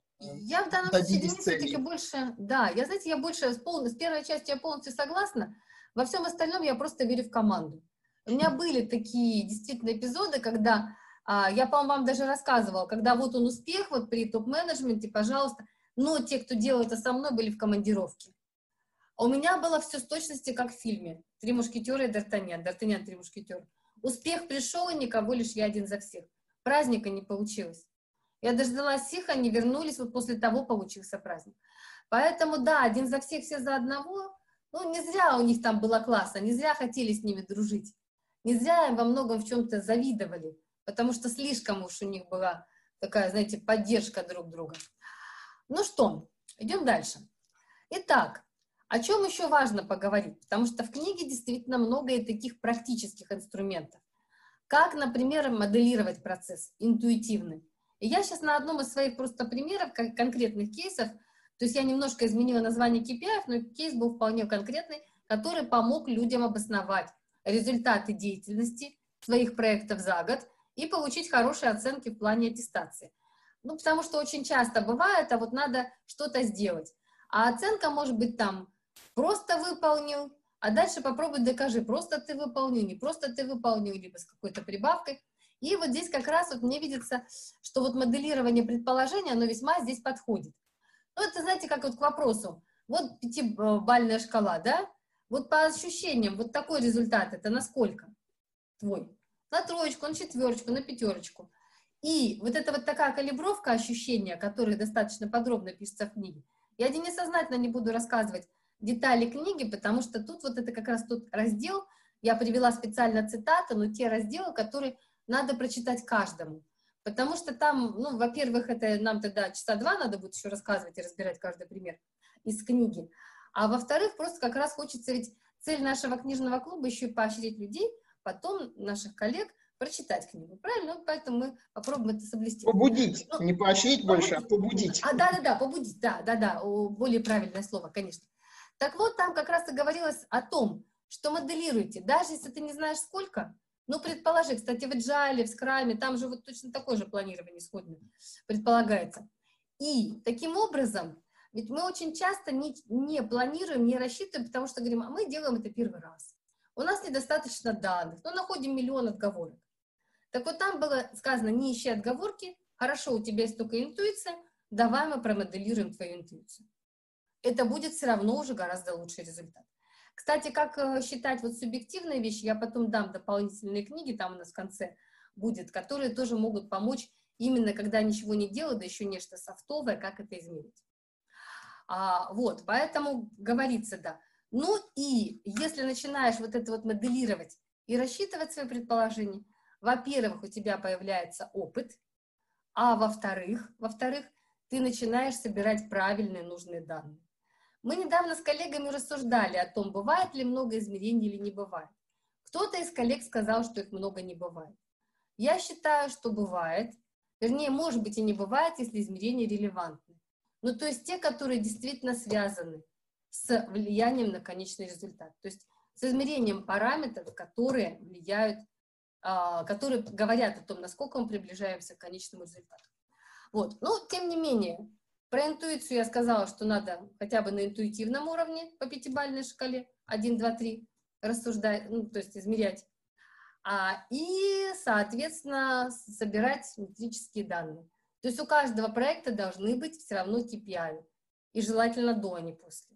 Speaker 2: я в данном случае все-таки больше, да, я, знаете, я больше с, пол, с первой частью я полностью согласна, во всем остальном я просто верю в команду. У меня были такие действительно эпизоды, когда, а, я, по-моему, вам даже рассказывала, когда вот он успех, вот при топ-менеджменте, пожалуйста, но те, кто делал это со мной, были в командировке. А у меня было все с точности, как в фильме. «Три мушкетера» и «Д'Артаньян». «Д'Артаньян» — «Три мушкетера». Успех пришел, и никого лишь я один за всех. Праздника не получилось. Я дождалась всех, они вернулись, вот после того получился праздник. Поэтому, да, один за всех, все за одного. Ну, не зря у них там было классно, не зря хотели с ними дружить. Не зря им во многом в чем-то завидовали, потому что слишком уж у них была такая, знаете, поддержка друг друга. Ну что, идем дальше. Итак, о чем еще важно поговорить? Потому что в книге действительно много и таких практических инструментов. Как, например, моделировать процесс интуитивный. И я сейчас на одном из своих просто примеров, как конкретных кейсов, то есть я немножко изменила название кей пи ай, но кейс был вполне конкретный, который помог людям обосновать результаты деятельности своих проектов за год и получить хорошие оценки в плане аттестации. Ну, потому что очень часто бывает, а вот надо что-то сделать. А оценка может быть там просто выполнил, а дальше попробуй докажи, просто ты выполнил, не просто ты выполнил, либо с какой-то прибавкой. И вот здесь как раз вот мне видится, что вот моделирование предположения, оно весьма здесь подходит. Ну, это, знаете, как вот к вопросу. Вот пятибалльная шкала, да? Вот по ощущениям, вот такой результат, это на сколько твой? На троечку, на четверочку, на пятерочку. И вот это вот такая калибровка ощущения, которые достаточно подробно пишется в книге, я несознательно не буду рассказывать детали книги, потому что тут вот это как раз тот раздел, я привела специально цитаты, но те разделы, которые, надо прочитать каждому. Потому что там, ну, во-первых, это нам тогда часа два надо будет еще рассказывать и разбирать каждый пример из книги. А во-вторых, просто как раз хочется, ведь цель нашего книжного клуба еще и поощрить людей, потом наших коллег прочитать книгу. Правильно? Ну, поэтому мы попробуем это соблюсти.
Speaker 1: Побудить.
Speaker 2: Ну,
Speaker 1: не поощрить побудить. больше, а побудить.
Speaker 2: А, да-да-да, побудить, да-да-да, более правильное слово, конечно. Так вот, там как раз и говорилось о том, что моделируйте, даже если ты не знаешь сколько, ну, предположи, кстати, в Agile, в Scrum, там же вот точно такое же планирование исходное предполагается. И таким образом, ведь мы очень часто не, не планируем, не рассчитываем, потому что говорим, а мы делаем это первый раз. У нас недостаточно данных, но находим миллион отговорок. Так вот там было сказано, не ищи отговорки, хорошо, у тебя есть только интуиция, давай мы промоделируем твою интуицию. Это будет все равно уже гораздо лучший результат. Кстати, как считать вот субъективные вещи, я потом дам дополнительные книги, там у нас в конце будет, которые тоже могут помочь именно, когда ничего не делаю, да еще нечто софтовое, как это измерить. А, вот, поэтому говорится, да. Ну и если начинаешь вот это вот моделировать и рассчитывать свои предположения, во-первых, у тебя появляется опыт, а во-вторых, во-вторых, ты начинаешь собирать правильные, нужные данные. Мы недавно с коллегами рассуждали о том, бывает ли много измерений или не бывает. Кто-то из коллег сказал, что их много не бывает. Я считаю, что бывает, вернее, может быть и не бывает, если измерения релевантны. Ну, то есть те, которые действительно связаны с влиянием на конечный результат. То есть с измерением параметров, которые влияют, которые говорят о том, насколько мы приближаемся к конечному результату. Вот. Но, тем не менее, про интуицию я сказала, что надо хотя бы на интуитивном уровне по пятибалльной шкале один, два, три рассуждать, ну, то есть измерять. А, и, соответственно, собирать метрические данные. То есть у каждого проекта должны быть все равно кей пи ай. И желательно до, а не после.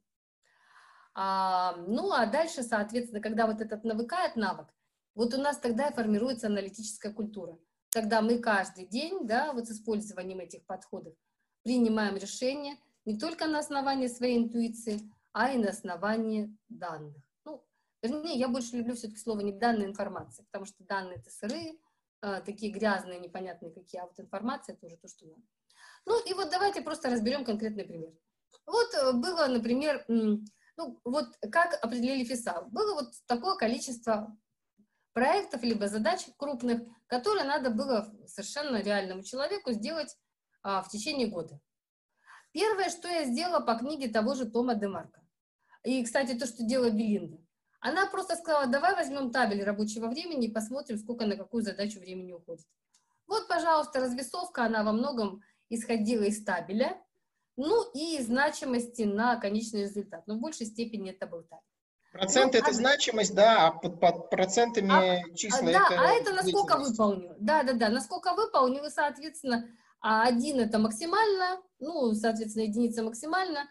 Speaker 2: А, ну, а дальше, соответственно, когда вот этот навыкает навык, вот у нас тогда и формируется аналитическая культура. Когда мы каждый день, да, вот с использованием этих подходов принимаем решения не только на основании своей интуиции, а и на основании данных. Ну, вернее, я больше люблю все-таки слово не данные, информация, потому что данные это сырые, э, такие грязные, непонятные какие, а вот информация это уже то, что надо. Ну и вот давайте просто разберем конкретный пример. Вот было, например, ну вот как определили ФИСА. Было вот такое количество проектов либо задач крупных, которые надо было совершенно реальному человеку сделать а, в течение года. Первое, что я сделала по книге того же Тома Демарко, и, кстати, то, что делала Белинда, она просто сказала, давай возьмем табель рабочего времени и посмотрим, сколько на какую задачу времени уходит. Вот, пожалуйста, развесовка, она во многом исходила из табеля, ну и из значимости на конечный результат, но в большей степени это был табель.
Speaker 1: Процент ну, это а... значимость, да, а под, под процентами а, числа
Speaker 2: да,
Speaker 1: это...
Speaker 2: А это насколько выполнил. Да, да, да, насколько выполнил, и, соответственно, один это максимально, ну, соответственно, единица максимально,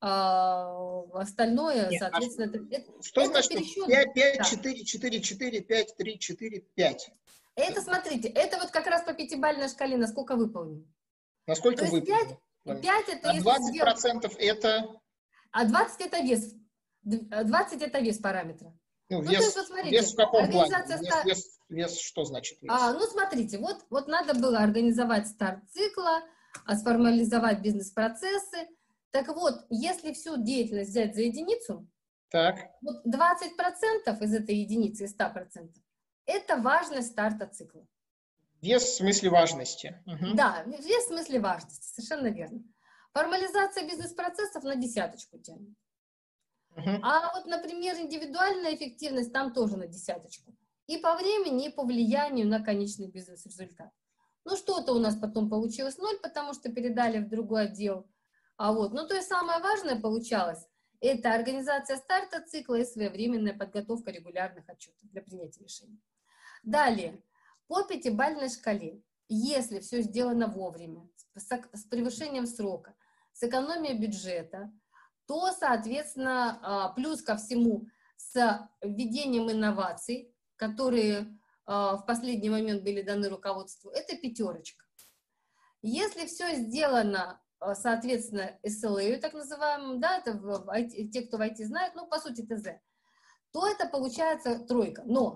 Speaker 2: а остальное, Нет, соответственно...
Speaker 1: А
Speaker 2: это,
Speaker 1: что
Speaker 2: это
Speaker 1: значит
Speaker 2: пересчет...
Speaker 1: пять, пять, четыре, четыре, четыре, пять, три, четыре, пять?
Speaker 2: Это, смотрите, это вот как раз по пятибалльной шкале, насколько выполнил.
Speaker 1: Насколько выполнил?
Speaker 2: пять это
Speaker 1: а двадцать процентов сделать... это...
Speaker 2: А двадцать это вес. двадцать это вес параметра.
Speaker 1: Ну, вес, ну, то есть, вот смотрите, вес в каком плане? Вес,
Speaker 2: старт...
Speaker 1: вес, вес, что значит вес?
Speaker 2: А, ну, смотрите, вот, вот надо было организовать старт цикла, сформализовать бизнес-процессы. Так вот, если всю деятельность взять за единицу,
Speaker 1: так.
Speaker 2: вот двадцать процентов из этой единицы, из ста процентов, это важность старта цикла.
Speaker 1: Вес в смысле важности. Угу.
Speaker 2: Да, вес в смысле важности, совершенно верно. Формализация бизнес-процессов на десяточку тянет. Uh-huh. А вот, например, индивидуальная эффективность там тоже на десяточку. И по времени, и по влиянию на конечный бизнес-результат. Ну, что-то у нас потом получилось ноль, потому что передали в другой отдел. А вот, ну, то есть самое важное получалось, это организация старта цикла и своевременная подготовка регулярных отчетов для принятия решений. Далее, по пятибалльной шкале, если все сделано вовремя, с, с превышением срока, с экономией бюджета, то, соответственно, плюс ко всему с введением инноваций, которые в последний момент были даны руководству, это пятерочка. Если все сделано, соответственно, эс эл эй, так называемым, да, это в ай ти, те, кто в ай ти знает, ну, по сути, тэ зэ, то это получается тройка. Но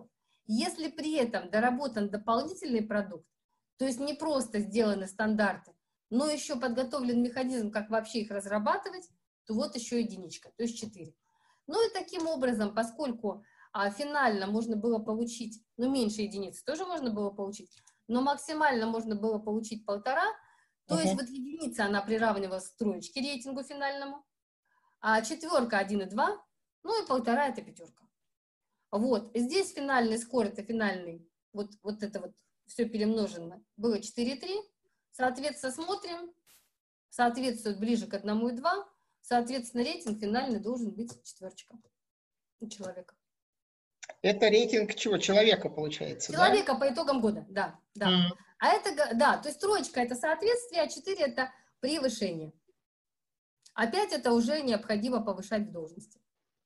Speaker 2: Если при этом доработан дополнительный продукт, то есть не просто сделаны стандарты, но еще подготовлен механизм, как вообще их разрабатывать, то вот еще единичка, то есть четыре. Ну и таким образом, поскольку а, финально можно было получить, ну меньше единицы тоже можно было получить, но максимально можно было получить полтора, то uh-huh. есть вот единица, она приравнивалась к троечке рейтингу финальному, а четверка один и два, ну и полтора это пятерка. Вот, здесь финальный скор, это финальный, вот, вот это вот все перемножено, было четыре и три, соответственно, смотрим, соответствует ближе к одному и два, соответственно, рейтинг финальный должен быть четверочка у человека.
Speaker 1: Это рейтинг чего? Человека, получается,
Speaker 2: Человека,
Speaker 1: да?
Speaker 2: По итогам года, да, да. Mm. А это, да, то есть троечка это соответствие, а четыре это превышение. А пять это уже необходимо повышать в должности.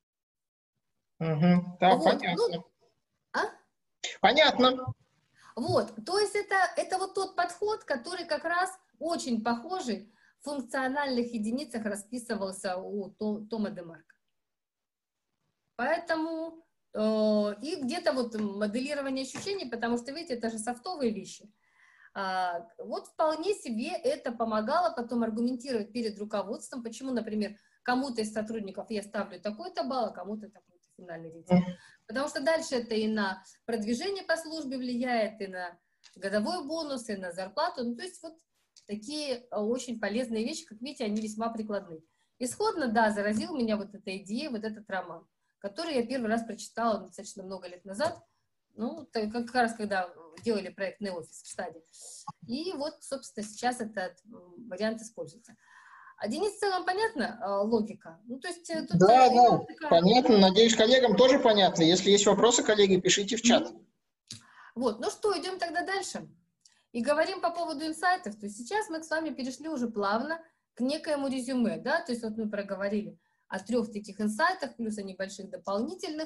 Speaker 1: Угу. Да, вот. Понятно. Ну,
Speaker 2: а?
Speaker 1: Понятно.
Speaker 2: Вот, то есть это, это вот тот подход, который как раз очень похожий в функциональных единицах расписывался у Тома де Марко. Поэтому э, и где-то вот моделирование ощущений, потому что, видите, это же софтовые вещи. А, вот вполне себе это помогало потом аргументировать перед руководством, почему, например, кому-то из сотрудников я ставлю такой-то балл, а кому-то такой-то финальный рейтинг. Потому что дальше это и на продвижение по службе влияет, и на годовой бонус, и на зарплату. Ну, то есть вот такие очень полезные вещи, как видите, они весьма прикладны. Исходно, да, заразил меня вот эта идея, вот этот роман, который я первый раз прочитала достаточно много лет назад, ну, как раз когда делали проектный офис в штаде. И вот, собственно, сейчас этот вариант используется. А Денис, в целом понятна э, логика? Ну, то есть, тут
Speaker 1: да, да, такая... понятно. Надеюсь, коллегам тоже понятно. Если есть вопросы, коллеги, пишите в чат.
Speaker 2: Вот, ну что, идем тогда дальше. И говорим по поводу инсайтов. То есть сейчас мы с вами перешли уже плавно к некоему резюме, да, то есть вот мы проговорили о трех таких инсайтах, плюс о небольших дополнительных.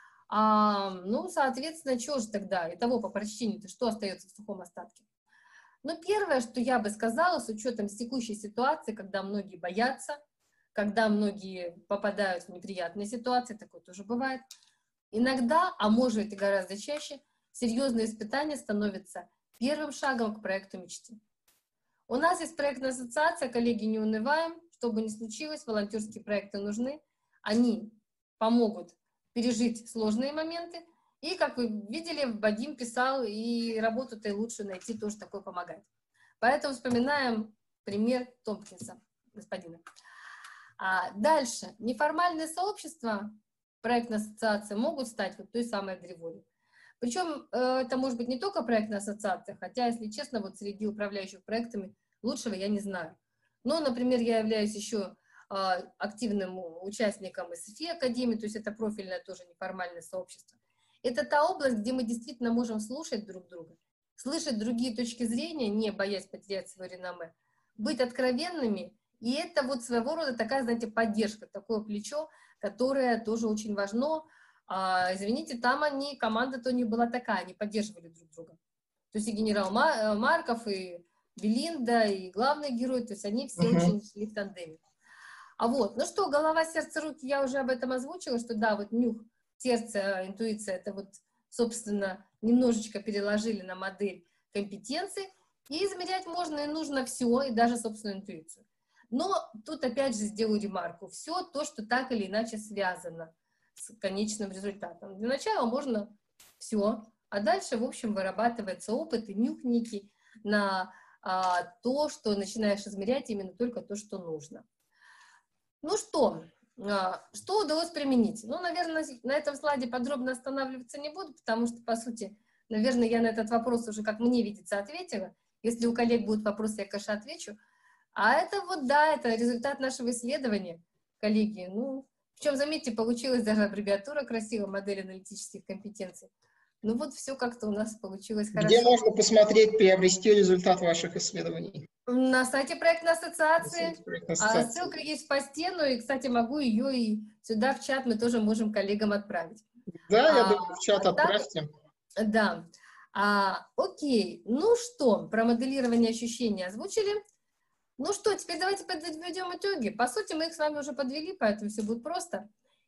Speaker 2: А, ну, соответственно, что же тогда? Итого по прочтению-то что остается в сухом остатке? Ну, первое, что я бы сказала, с учетом текущей ситуации, когда многие боятся, когда многие попадают в неприятные ситуации, такое тоже бывает, иногда, а может и гораздо чаще, серьезные испытания становятся первым шагом к проекту мечты. У нас есть проектная ассоциация, коллеги, не унываем, что бы ни случилось, волонтерские проекты нужны, они помогут пережить сложные моменты, и, как вы видели, Вадим писал, и работу-то и лучше найти тоже такое помогает. Поэтому вспоминаем пример Томпкинса, господина. А дальше. Неформальные сообщества, проектная ассоциация могут стать вот той самой древолей. Причем это может быть не только проектная ассоциация, хотя, если честно, вот среди управляющих проектами лучшего я не знаю. Но, например, я являюсь еще активным участником эс эф и-академии, то есть это профильное тоже неформальное сообщество. Это та область, где мы действительно можем слушать друг друга, слышать другие точки зрения, не боясь потерять свое реноме, быть откровенными, и это вот своего рода такая, знаете, поддержка, такое плечо, которое тоже очень важно. А, извините, там они, команда-то у них была такая, они поддерживали друг друга. То есть и генерал Марков, и Белинда, и главный герой, то есть они все uh-huh. очень шли в тандеме. А вот, ну что, голова, сердце, руки, я уже об этом озвучила, что да, вот нюх, сердце, интуиция, это вот, собственно, немножечко переложили на модель компетенций, и измерять можно и нужно все, и даже собственную интуицию. Но тут опять же сделаю ремарку, все то, что так или иначе связано с конечным результатом. Для начала можно все, а дальше, в общем, вырабатывается опыт и нюх некий на а, то, что начинаешь измерять именно только то, что нужно. Ну что, что удалось применить? Ну, наверное, на этом слайде подробно останавливаться не буду, потому что, по сути, наверное, я на этот вопрос уже, как мне видится, ответила. Если у коллег будут вопросы, я, конечно, отвечу. А это вот, да, это результат нашего исследования, коллеги. Ну, причем, заметьте, получилась даже аббревиатура красивая, модель аналитических компетенций. Ну вот все как-то у нас получилось хорошо.
Speaker 1: Где можно посмотреть, приобрести результат ваших исследований?
Speaker 2: На сайте проектной ассоциации.
Speaker 1: На сайте проектной ассоциации.
Speaker 2: А ссылка есть по стену, и, кстати, могу ее и сюда в чат мы тоже можем коллегам отправить.
Speaker 1: Да, я
Speaker 2: а,
Speaker 1: думаю, в чат
Speaker 2: а
Speaker 1: отправьте.
Speaker 2: Так, да. А, окей, ну что, про моделирование ощущений озвучили. Ну что, теперь давайте подведем итоги. По сути, мы их с вами уже подвели, поэтому все будет просто.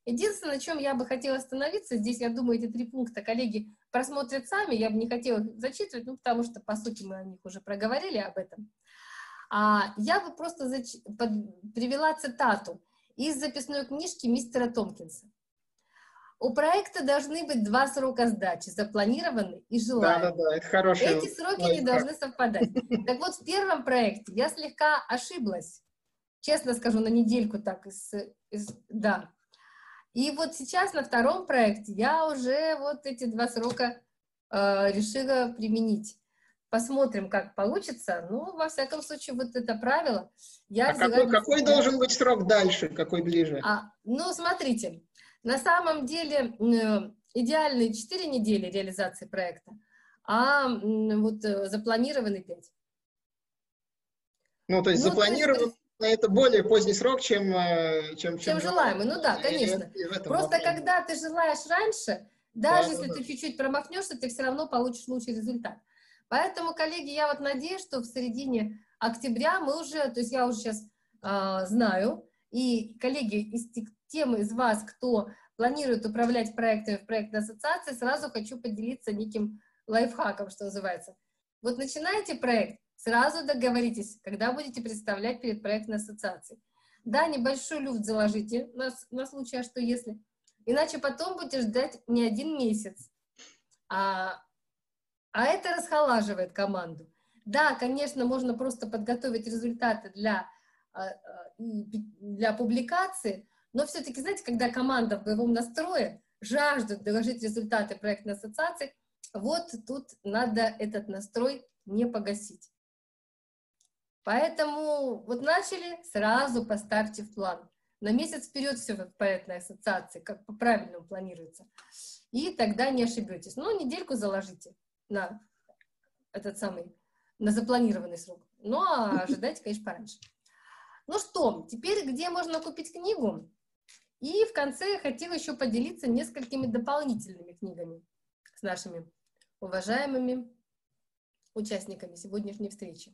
Speaker 2: Единственное, на чем я бы хотела остановиться, здесь, я думаю, эти три пункта коллеги просмотрят сами, я бы не хотела их зачитывать, ну, потому что, по сути, мы о них уже проговорили об этом. А я бы просто зач... под... привела цитату из записной книжки мистера Томпкинса. У проекта должны быть два срока сдачи, запланированный и желаемый.
Speaker 1: Да, да, да, это хороший.
Speaker 2: Эти сроки не должны совпадать. Так вот, в первом проекте я слегка ошиблась, честно скажу, на недельку так, из, из, да. И вот сейчас на втором проекте я уже вот эти два срока э, решила применить. Посмотрим, как получится. Ну, во всяком случае, вот это правило. Я
Speaker 1: а какой, какой должен быть срок дальше, какой ближе?
Speaker 2: А, ну, смотрите, на самом деле э, идеальные четыре недели реализации проекта, а э, вот э, запланированный пять.
Speaker 1: Ну, то есть ну, запланировано... Это более поздний срок, чем, чем, чем,
Speaker 2: чем желаемый. Ну да, конечно. И, и Просто вопрос. Когда ты желаешь раньше, даже да, если да, ты чуть-чуть промахнешься, ты все равно получишь лучший результат. Поэтому, коллеги, я вот надеюсь, что в середине октября мы уже, то есть я уже сейчас э, знаю, и, коллеги, из тем из вас, кто планирует управлять проектами в проектной ассоциации, сразу хочу поделиться неким лайфхаком, что называется. Вот начинаете проект, сразу договоритесь, когда будете представлять перед проектной ассоциацией. Да, небольшой люфт заложите на, на случай, а что если. Иначе потом будете ждать не один месяц. А, а это расхолаживает команду. Да, конечно, можно просто подготовить результаты для, для публикации, но все-таки, знаете, когда команда в боевом настрое жаждет доложить результаты проектной ассоциации, вот тут надо этот настрой не погасить. Поэтому вот начали, сразу поставьте в план. На месяц вперед все в проектной ассоциации, как по-правильному планируется. И тогда не ошибетесь. Ну, недельку заложите на этот самый, на запланированный срок. Ну, а ожидайте, конечно, пораньше. Ну что, теперь где можно купить книгу? И в конце я хотела еще поделиться несколькими дополнительными книгами с нашими уважаемыми участниками сегодняшней встречи.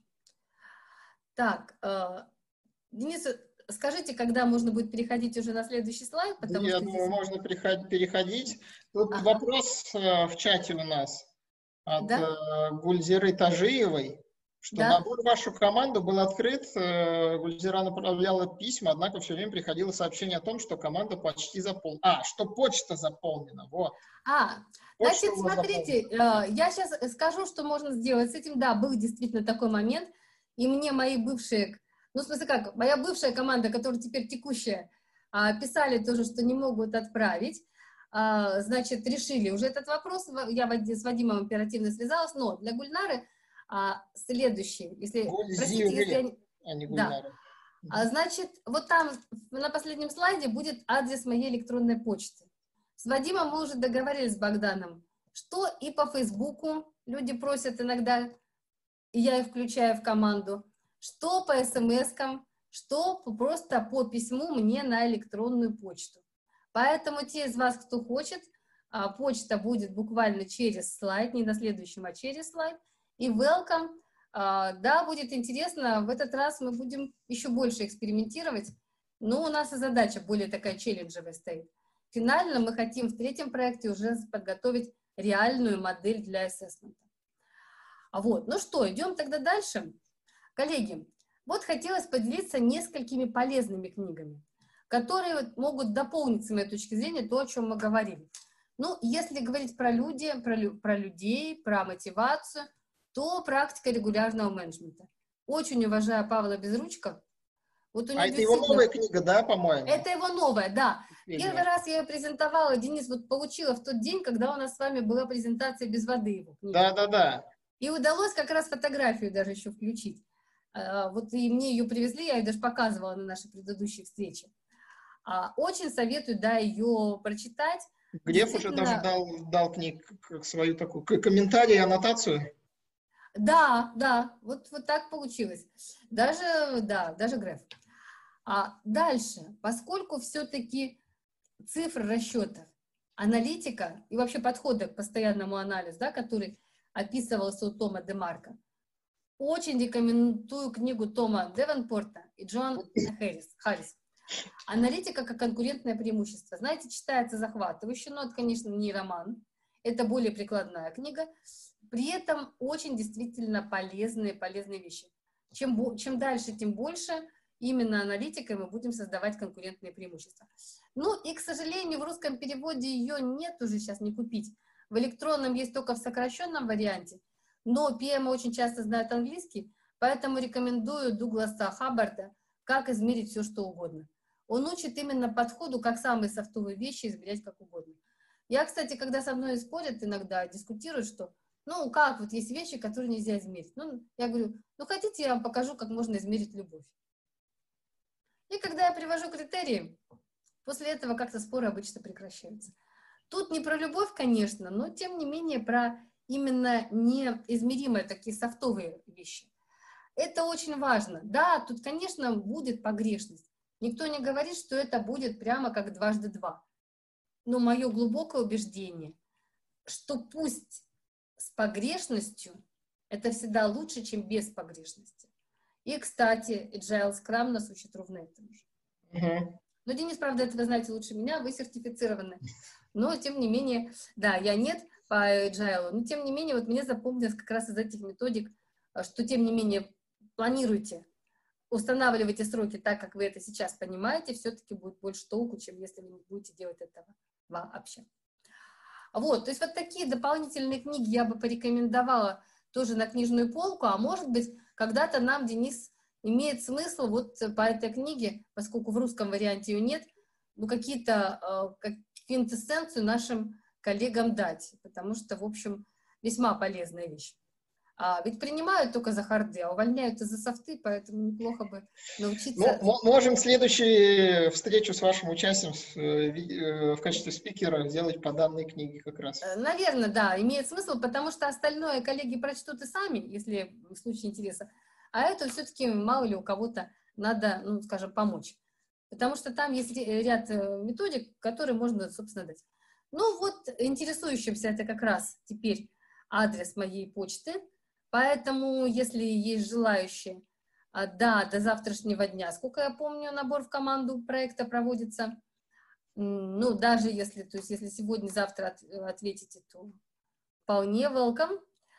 Speaker 2: Так, э, Денис, скажите, когда можно будет переходить уже на следующий слайд?
Speaker 1: Потому Я что думаю, здесь... можно переходить. Тут ага. вопрос э, в чате у нас от да? э, Гульзиры Тажиевой, что да? набор в вашу команду был открыт, э, Гульзира направляла письма, однако все время приходило сообщение о том, что команда почти заполнена. А, что почта заполнена, вот.
Speaker 2: А, Почта значит, смотрите, э, я сейчас скажу, что можно сделать с этим. Да, был действительно такой момент. И мне мои бывшие, ну, в смысле как, моя бывшая команда, которая теперь текущая, писали тоже, что не могут отправить. Значит, решили уже этот вопрос. Я с Вадимом оперативно связалась, но для Гульнары следующий. Если, простите, если я...
Speaker 1: а не Гульнара.
Speaker 2: Да. Значит, вот там на последнем слайде будет адрес моей электронной почты. С Вадимом мы уже договорились с Богданом, что и по Фейсбуку люди просят иногда... и я их включаю в команду, что по смс-кам, что просто по письму мне на электронную почту. Поэтому те из вас, кто хочет, почта будет буквально через слайд, не на следующем, а через слайд. И welcome. Да, будет интересно, в этот раз мы будем еще больше экспериментировать, но у нас и задача более такая челленджевая стоит. Финально мы хотим в третьем проекте уже подготовить реальную модель для ассессмента. Вот. Ну что, идем тогда дальше. Коллеги, вот хотелось поделиться несколькими полезными книгами, которые могут дополнить, с моей точки зрения, то, о чем мы говорили. Ну, если говорить про люди, про, про людей, про мотивацию, то практика регулярного менеджмента. Очень уважаю Павла Безручко.
Speaker 1: Вот у него а это его новая книга, да, по-моему?
Speaker 2: Это его новая, да. Первый раз я ее презентовала, Денис, вот получила в тот день, когда у нас с вами была презентация «Без воды» его книги.
Speaker 1: Да, да, да.
Speaker 2: И удалось как раз фотографию даже еще включить. Вот и мне ее привезли, я ее даже показывала на нашей предыдущей встрече. Очень советую, да, ее прочитать.
Speaker 1: Греф уже даже дал, дал к ней свою такую комментарий, аннотацию.
Speaker 2: Да, да, вот, вот так получилось. Даже, да, даже Греф. А дальше, поскольку все-таки цифры расчетов, аналитика и вообще подходы к постоянному анализу, да, который описывался у Тома Демарка, очень рекомендую книгу Тома Девенпорта и Джоан Харрис. Аналитика как конкурентное преимущество. Знаете, читается захватывающе, но это, конечно, не роман. Это более прикладная книга. При этом очень действительно полезные, полезные вещи. Чем, чем дальше, тем больше именно аналитикой мы будем создавать конкурентные преимущества. Ну и, к сожалению, в русском переводе ее нет уже сейчас не купить. В электронном есть только в сокращенном варианте. Но пи эм очень часто знают английский, поэтому рекомендую Дугласа Хаббарда «Как измерить все, что угодно». Он учит именно подходу, как самые софтовые вещи измерять как угодно. Я, кстати, когда со мной спорят иногда, дискутируют, что, ну, как, вот есть вещи, которые нельзя измерить. Ну, я говорю, ну, хотите, я вам покажу, как можно измерить любовь. И когда я привожу критерии, после этого как-то споры обычно прекращаются. Тут не про любовь, конечно, но, тем не менее, про именно неизмеримые такие софтовые вещи. Это очень важно. Да, тут, конечно, будет погрешность. Никто не говорит, что это будет прямо как дважды два. Но мое глубокое убеждение, что пусть с погрешностью, это всегда лучше, чем без погрешности. И, кстати, Agile Scrum нас учит ровно этому же. Uh-huh. Но, Денис, правда, это вы знаете лучше меня, вы сертифицированы. Но, тем не менее, да, я нет по Agile, но, тем не менее, вот мне запомнилось как раз из этих методик, что, тем не менее, планируйте, устанавливайте сроки так, как вы это сейчас понимаете, все-таки будет больше толку, чем если вы не будете делать этого вообще. Вот, то есть вот такие дополнительные книги я бы порекомендовала тоже на книжную полку, а может быть, когда-то нам, Денис, имеет смысл вот по этой книге, поскольку в русском варианте ее нет, ну какие-то э, квинтэссенцию нашим коллегам дать, потому что, в общем, весьма полезная вещь. А, ведь принимают только за харды, а увольняют за софты, поэтому неплохо бы научиться...
Speaker 1: Ну, можем следующую встречу с вашим участием в качестве спикера сделать по данной книге как раз.
Speaker 2: Наверное, да, имеет смысл, потому что остальное коллеги прочтут и сами, если в случае интереса. А это все-таки мало ли у кого-то надо, ну, скажем, помочь. Потому что там есть ряд методик, которые можно, собственно, дать. Ну вот, интересующимся это как раз теперь адрес моей почты. Поэтому, если есть желающие, да, до завтрашнего дня, сколько я помню, набор в команду проекта проводится. Ну, даже если, то есть, если сегодня-завтра от, ответите, то вполне welcome.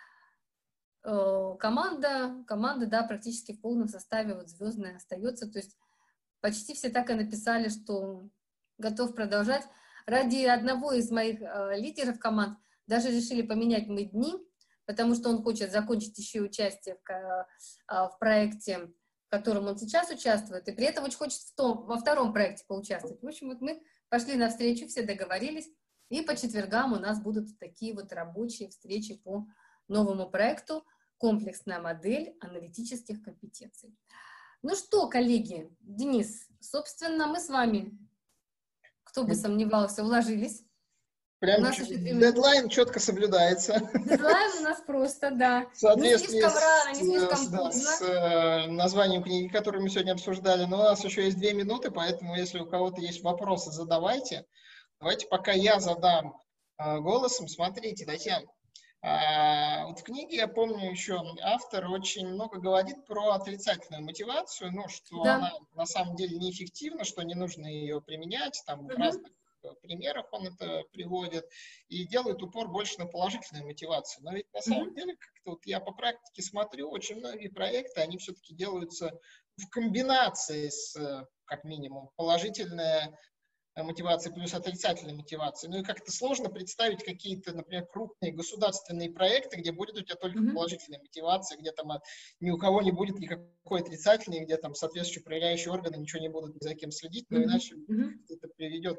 Speaker 2: Команда, команда, да, практически в полном составе, вот звездная остается. То есть почти все так и написали, что готов продолжать. Ради одного из моих э, лидеров команд даже решили поменять мы дни, потому что он хочет закончить еще участие в, в проекте, в котором он сейчас участвует, и при этом очень хочет в том, во втором проекте поучаствовать. В общем, вот мы пошли навстречу, все договорились, и по четвергам у нас будут такие вот рабочие встречи по новому проекту «Комплексная модель аналитических компетенций». Ну что, коллеги, Денис, собственно, мы с вами, кто бы сомневался, уложились.
Speaker 1: Прям дедлайн четко соблюдается.
Speaker 2: Дедлайн у нас просто, да.
Speaker 1: В соответствии не слишком рано, не слишком с, да, с э, названием книги, которую мы сегодня обсуждали. Но у нас еще есть две минуты, поэтому если у кого-то есть вопросы, задавайте. Давайте пока я задам э, голосом. Смотрите, Татьяна, э, вот в книге, я помню, еще автор очень много говорит про отрицательную мотивацию, ну, что да. Она на самом деле неэффективна, что не нужно ее применять там, в разных примерах он это приводит, и делает упор больше на положительную мотивацию. Но ведь на самом mm-hmm. деле, как-то вот я по практике смотрю, очень многие проекты, они все-таки делаются в комбинации с, как минимум, положительной мотивацией плюс отрицательной мотивацией. Ну и как-то сложно представить какие-то, например, крупные государственные проекты, где будет у тебя только mm-hmm. положительная мотивация, где там ни у кого не будет никакой отрицательной, где там соответствующие проверяющие органы ничего не будут ни за кем следить, но mm-hmm. иначе mm-hmm. это приведет...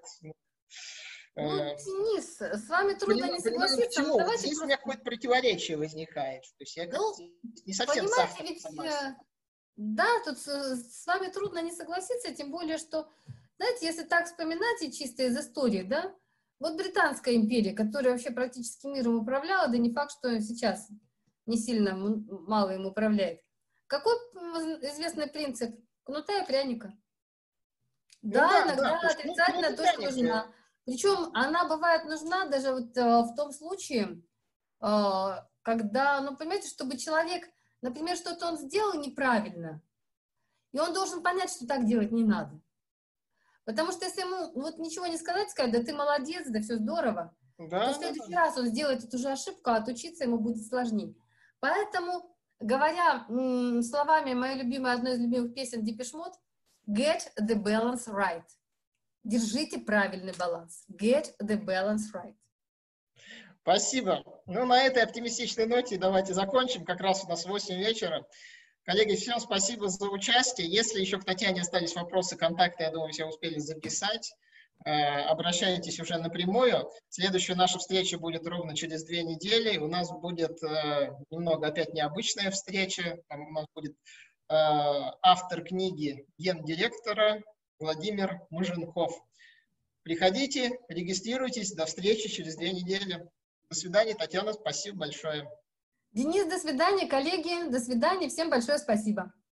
Speaker 2: Ну, Денис, с вами трудно понимаю, не согласиться.
Speaker 1: Понимаю, Давайте Здесь просто... у меня какое-то противоречие возникает. То есть я ну, не совсем
Speaker 2: понимаете, ведь, да, тут с вами трудно не согласиться, тем более, что, знаете, если так вспоминать и чисто из истории, да, вот Британская империя, которая вообще практически миром управляла, да не факт, что сейчас не сильно мало им управляет. Какой известный принцип? Кнута и пряника. Да, ну, да, иногда да, отрицательная ну, тоже нужна. Причем она бывает нужна даже вот э, в том случае, э, когда, ну, понимаете, чтобы человек, например, что-то он сделал неправильно, и он должен понять, что так делать не надо. Потому что если ему вот ничего не сказать, сказать, да ты молодец, да все здорово,
Speaker 1: Да,
Speaker 2: то в следующий да, раз он сделает эту же ошибку, а отучиться ему будет сложнее. Поэтому, говоря м, словами моей любимой, одной из любимых песен Depeche Mode, get the balance right. Держите правильный баланс. Get the balance right.
Speaker 1: Спасибо. Ну, на этой оптимистичной ноте давайте закончим. Как раз у нас восемь вечера. Коллеги, всем спасибо за участие. Если еще к Татьяне остались вопросы, контакты, я думаю, все успели записать. Обращайтесь уже напрямую. Следующая наша встреча будет ровно через две недели. У нас будет немного опять необычная встреча. Там у нас будет автор книги гендиректора Владимир Муженков. Приходите, регистрируйтесь. До встречи через две недели. До свидания, Татьяна. Спасибо большое.
Speaker 2: Денис, до свидания, коллеги. До свидания. Всем большое спасибо.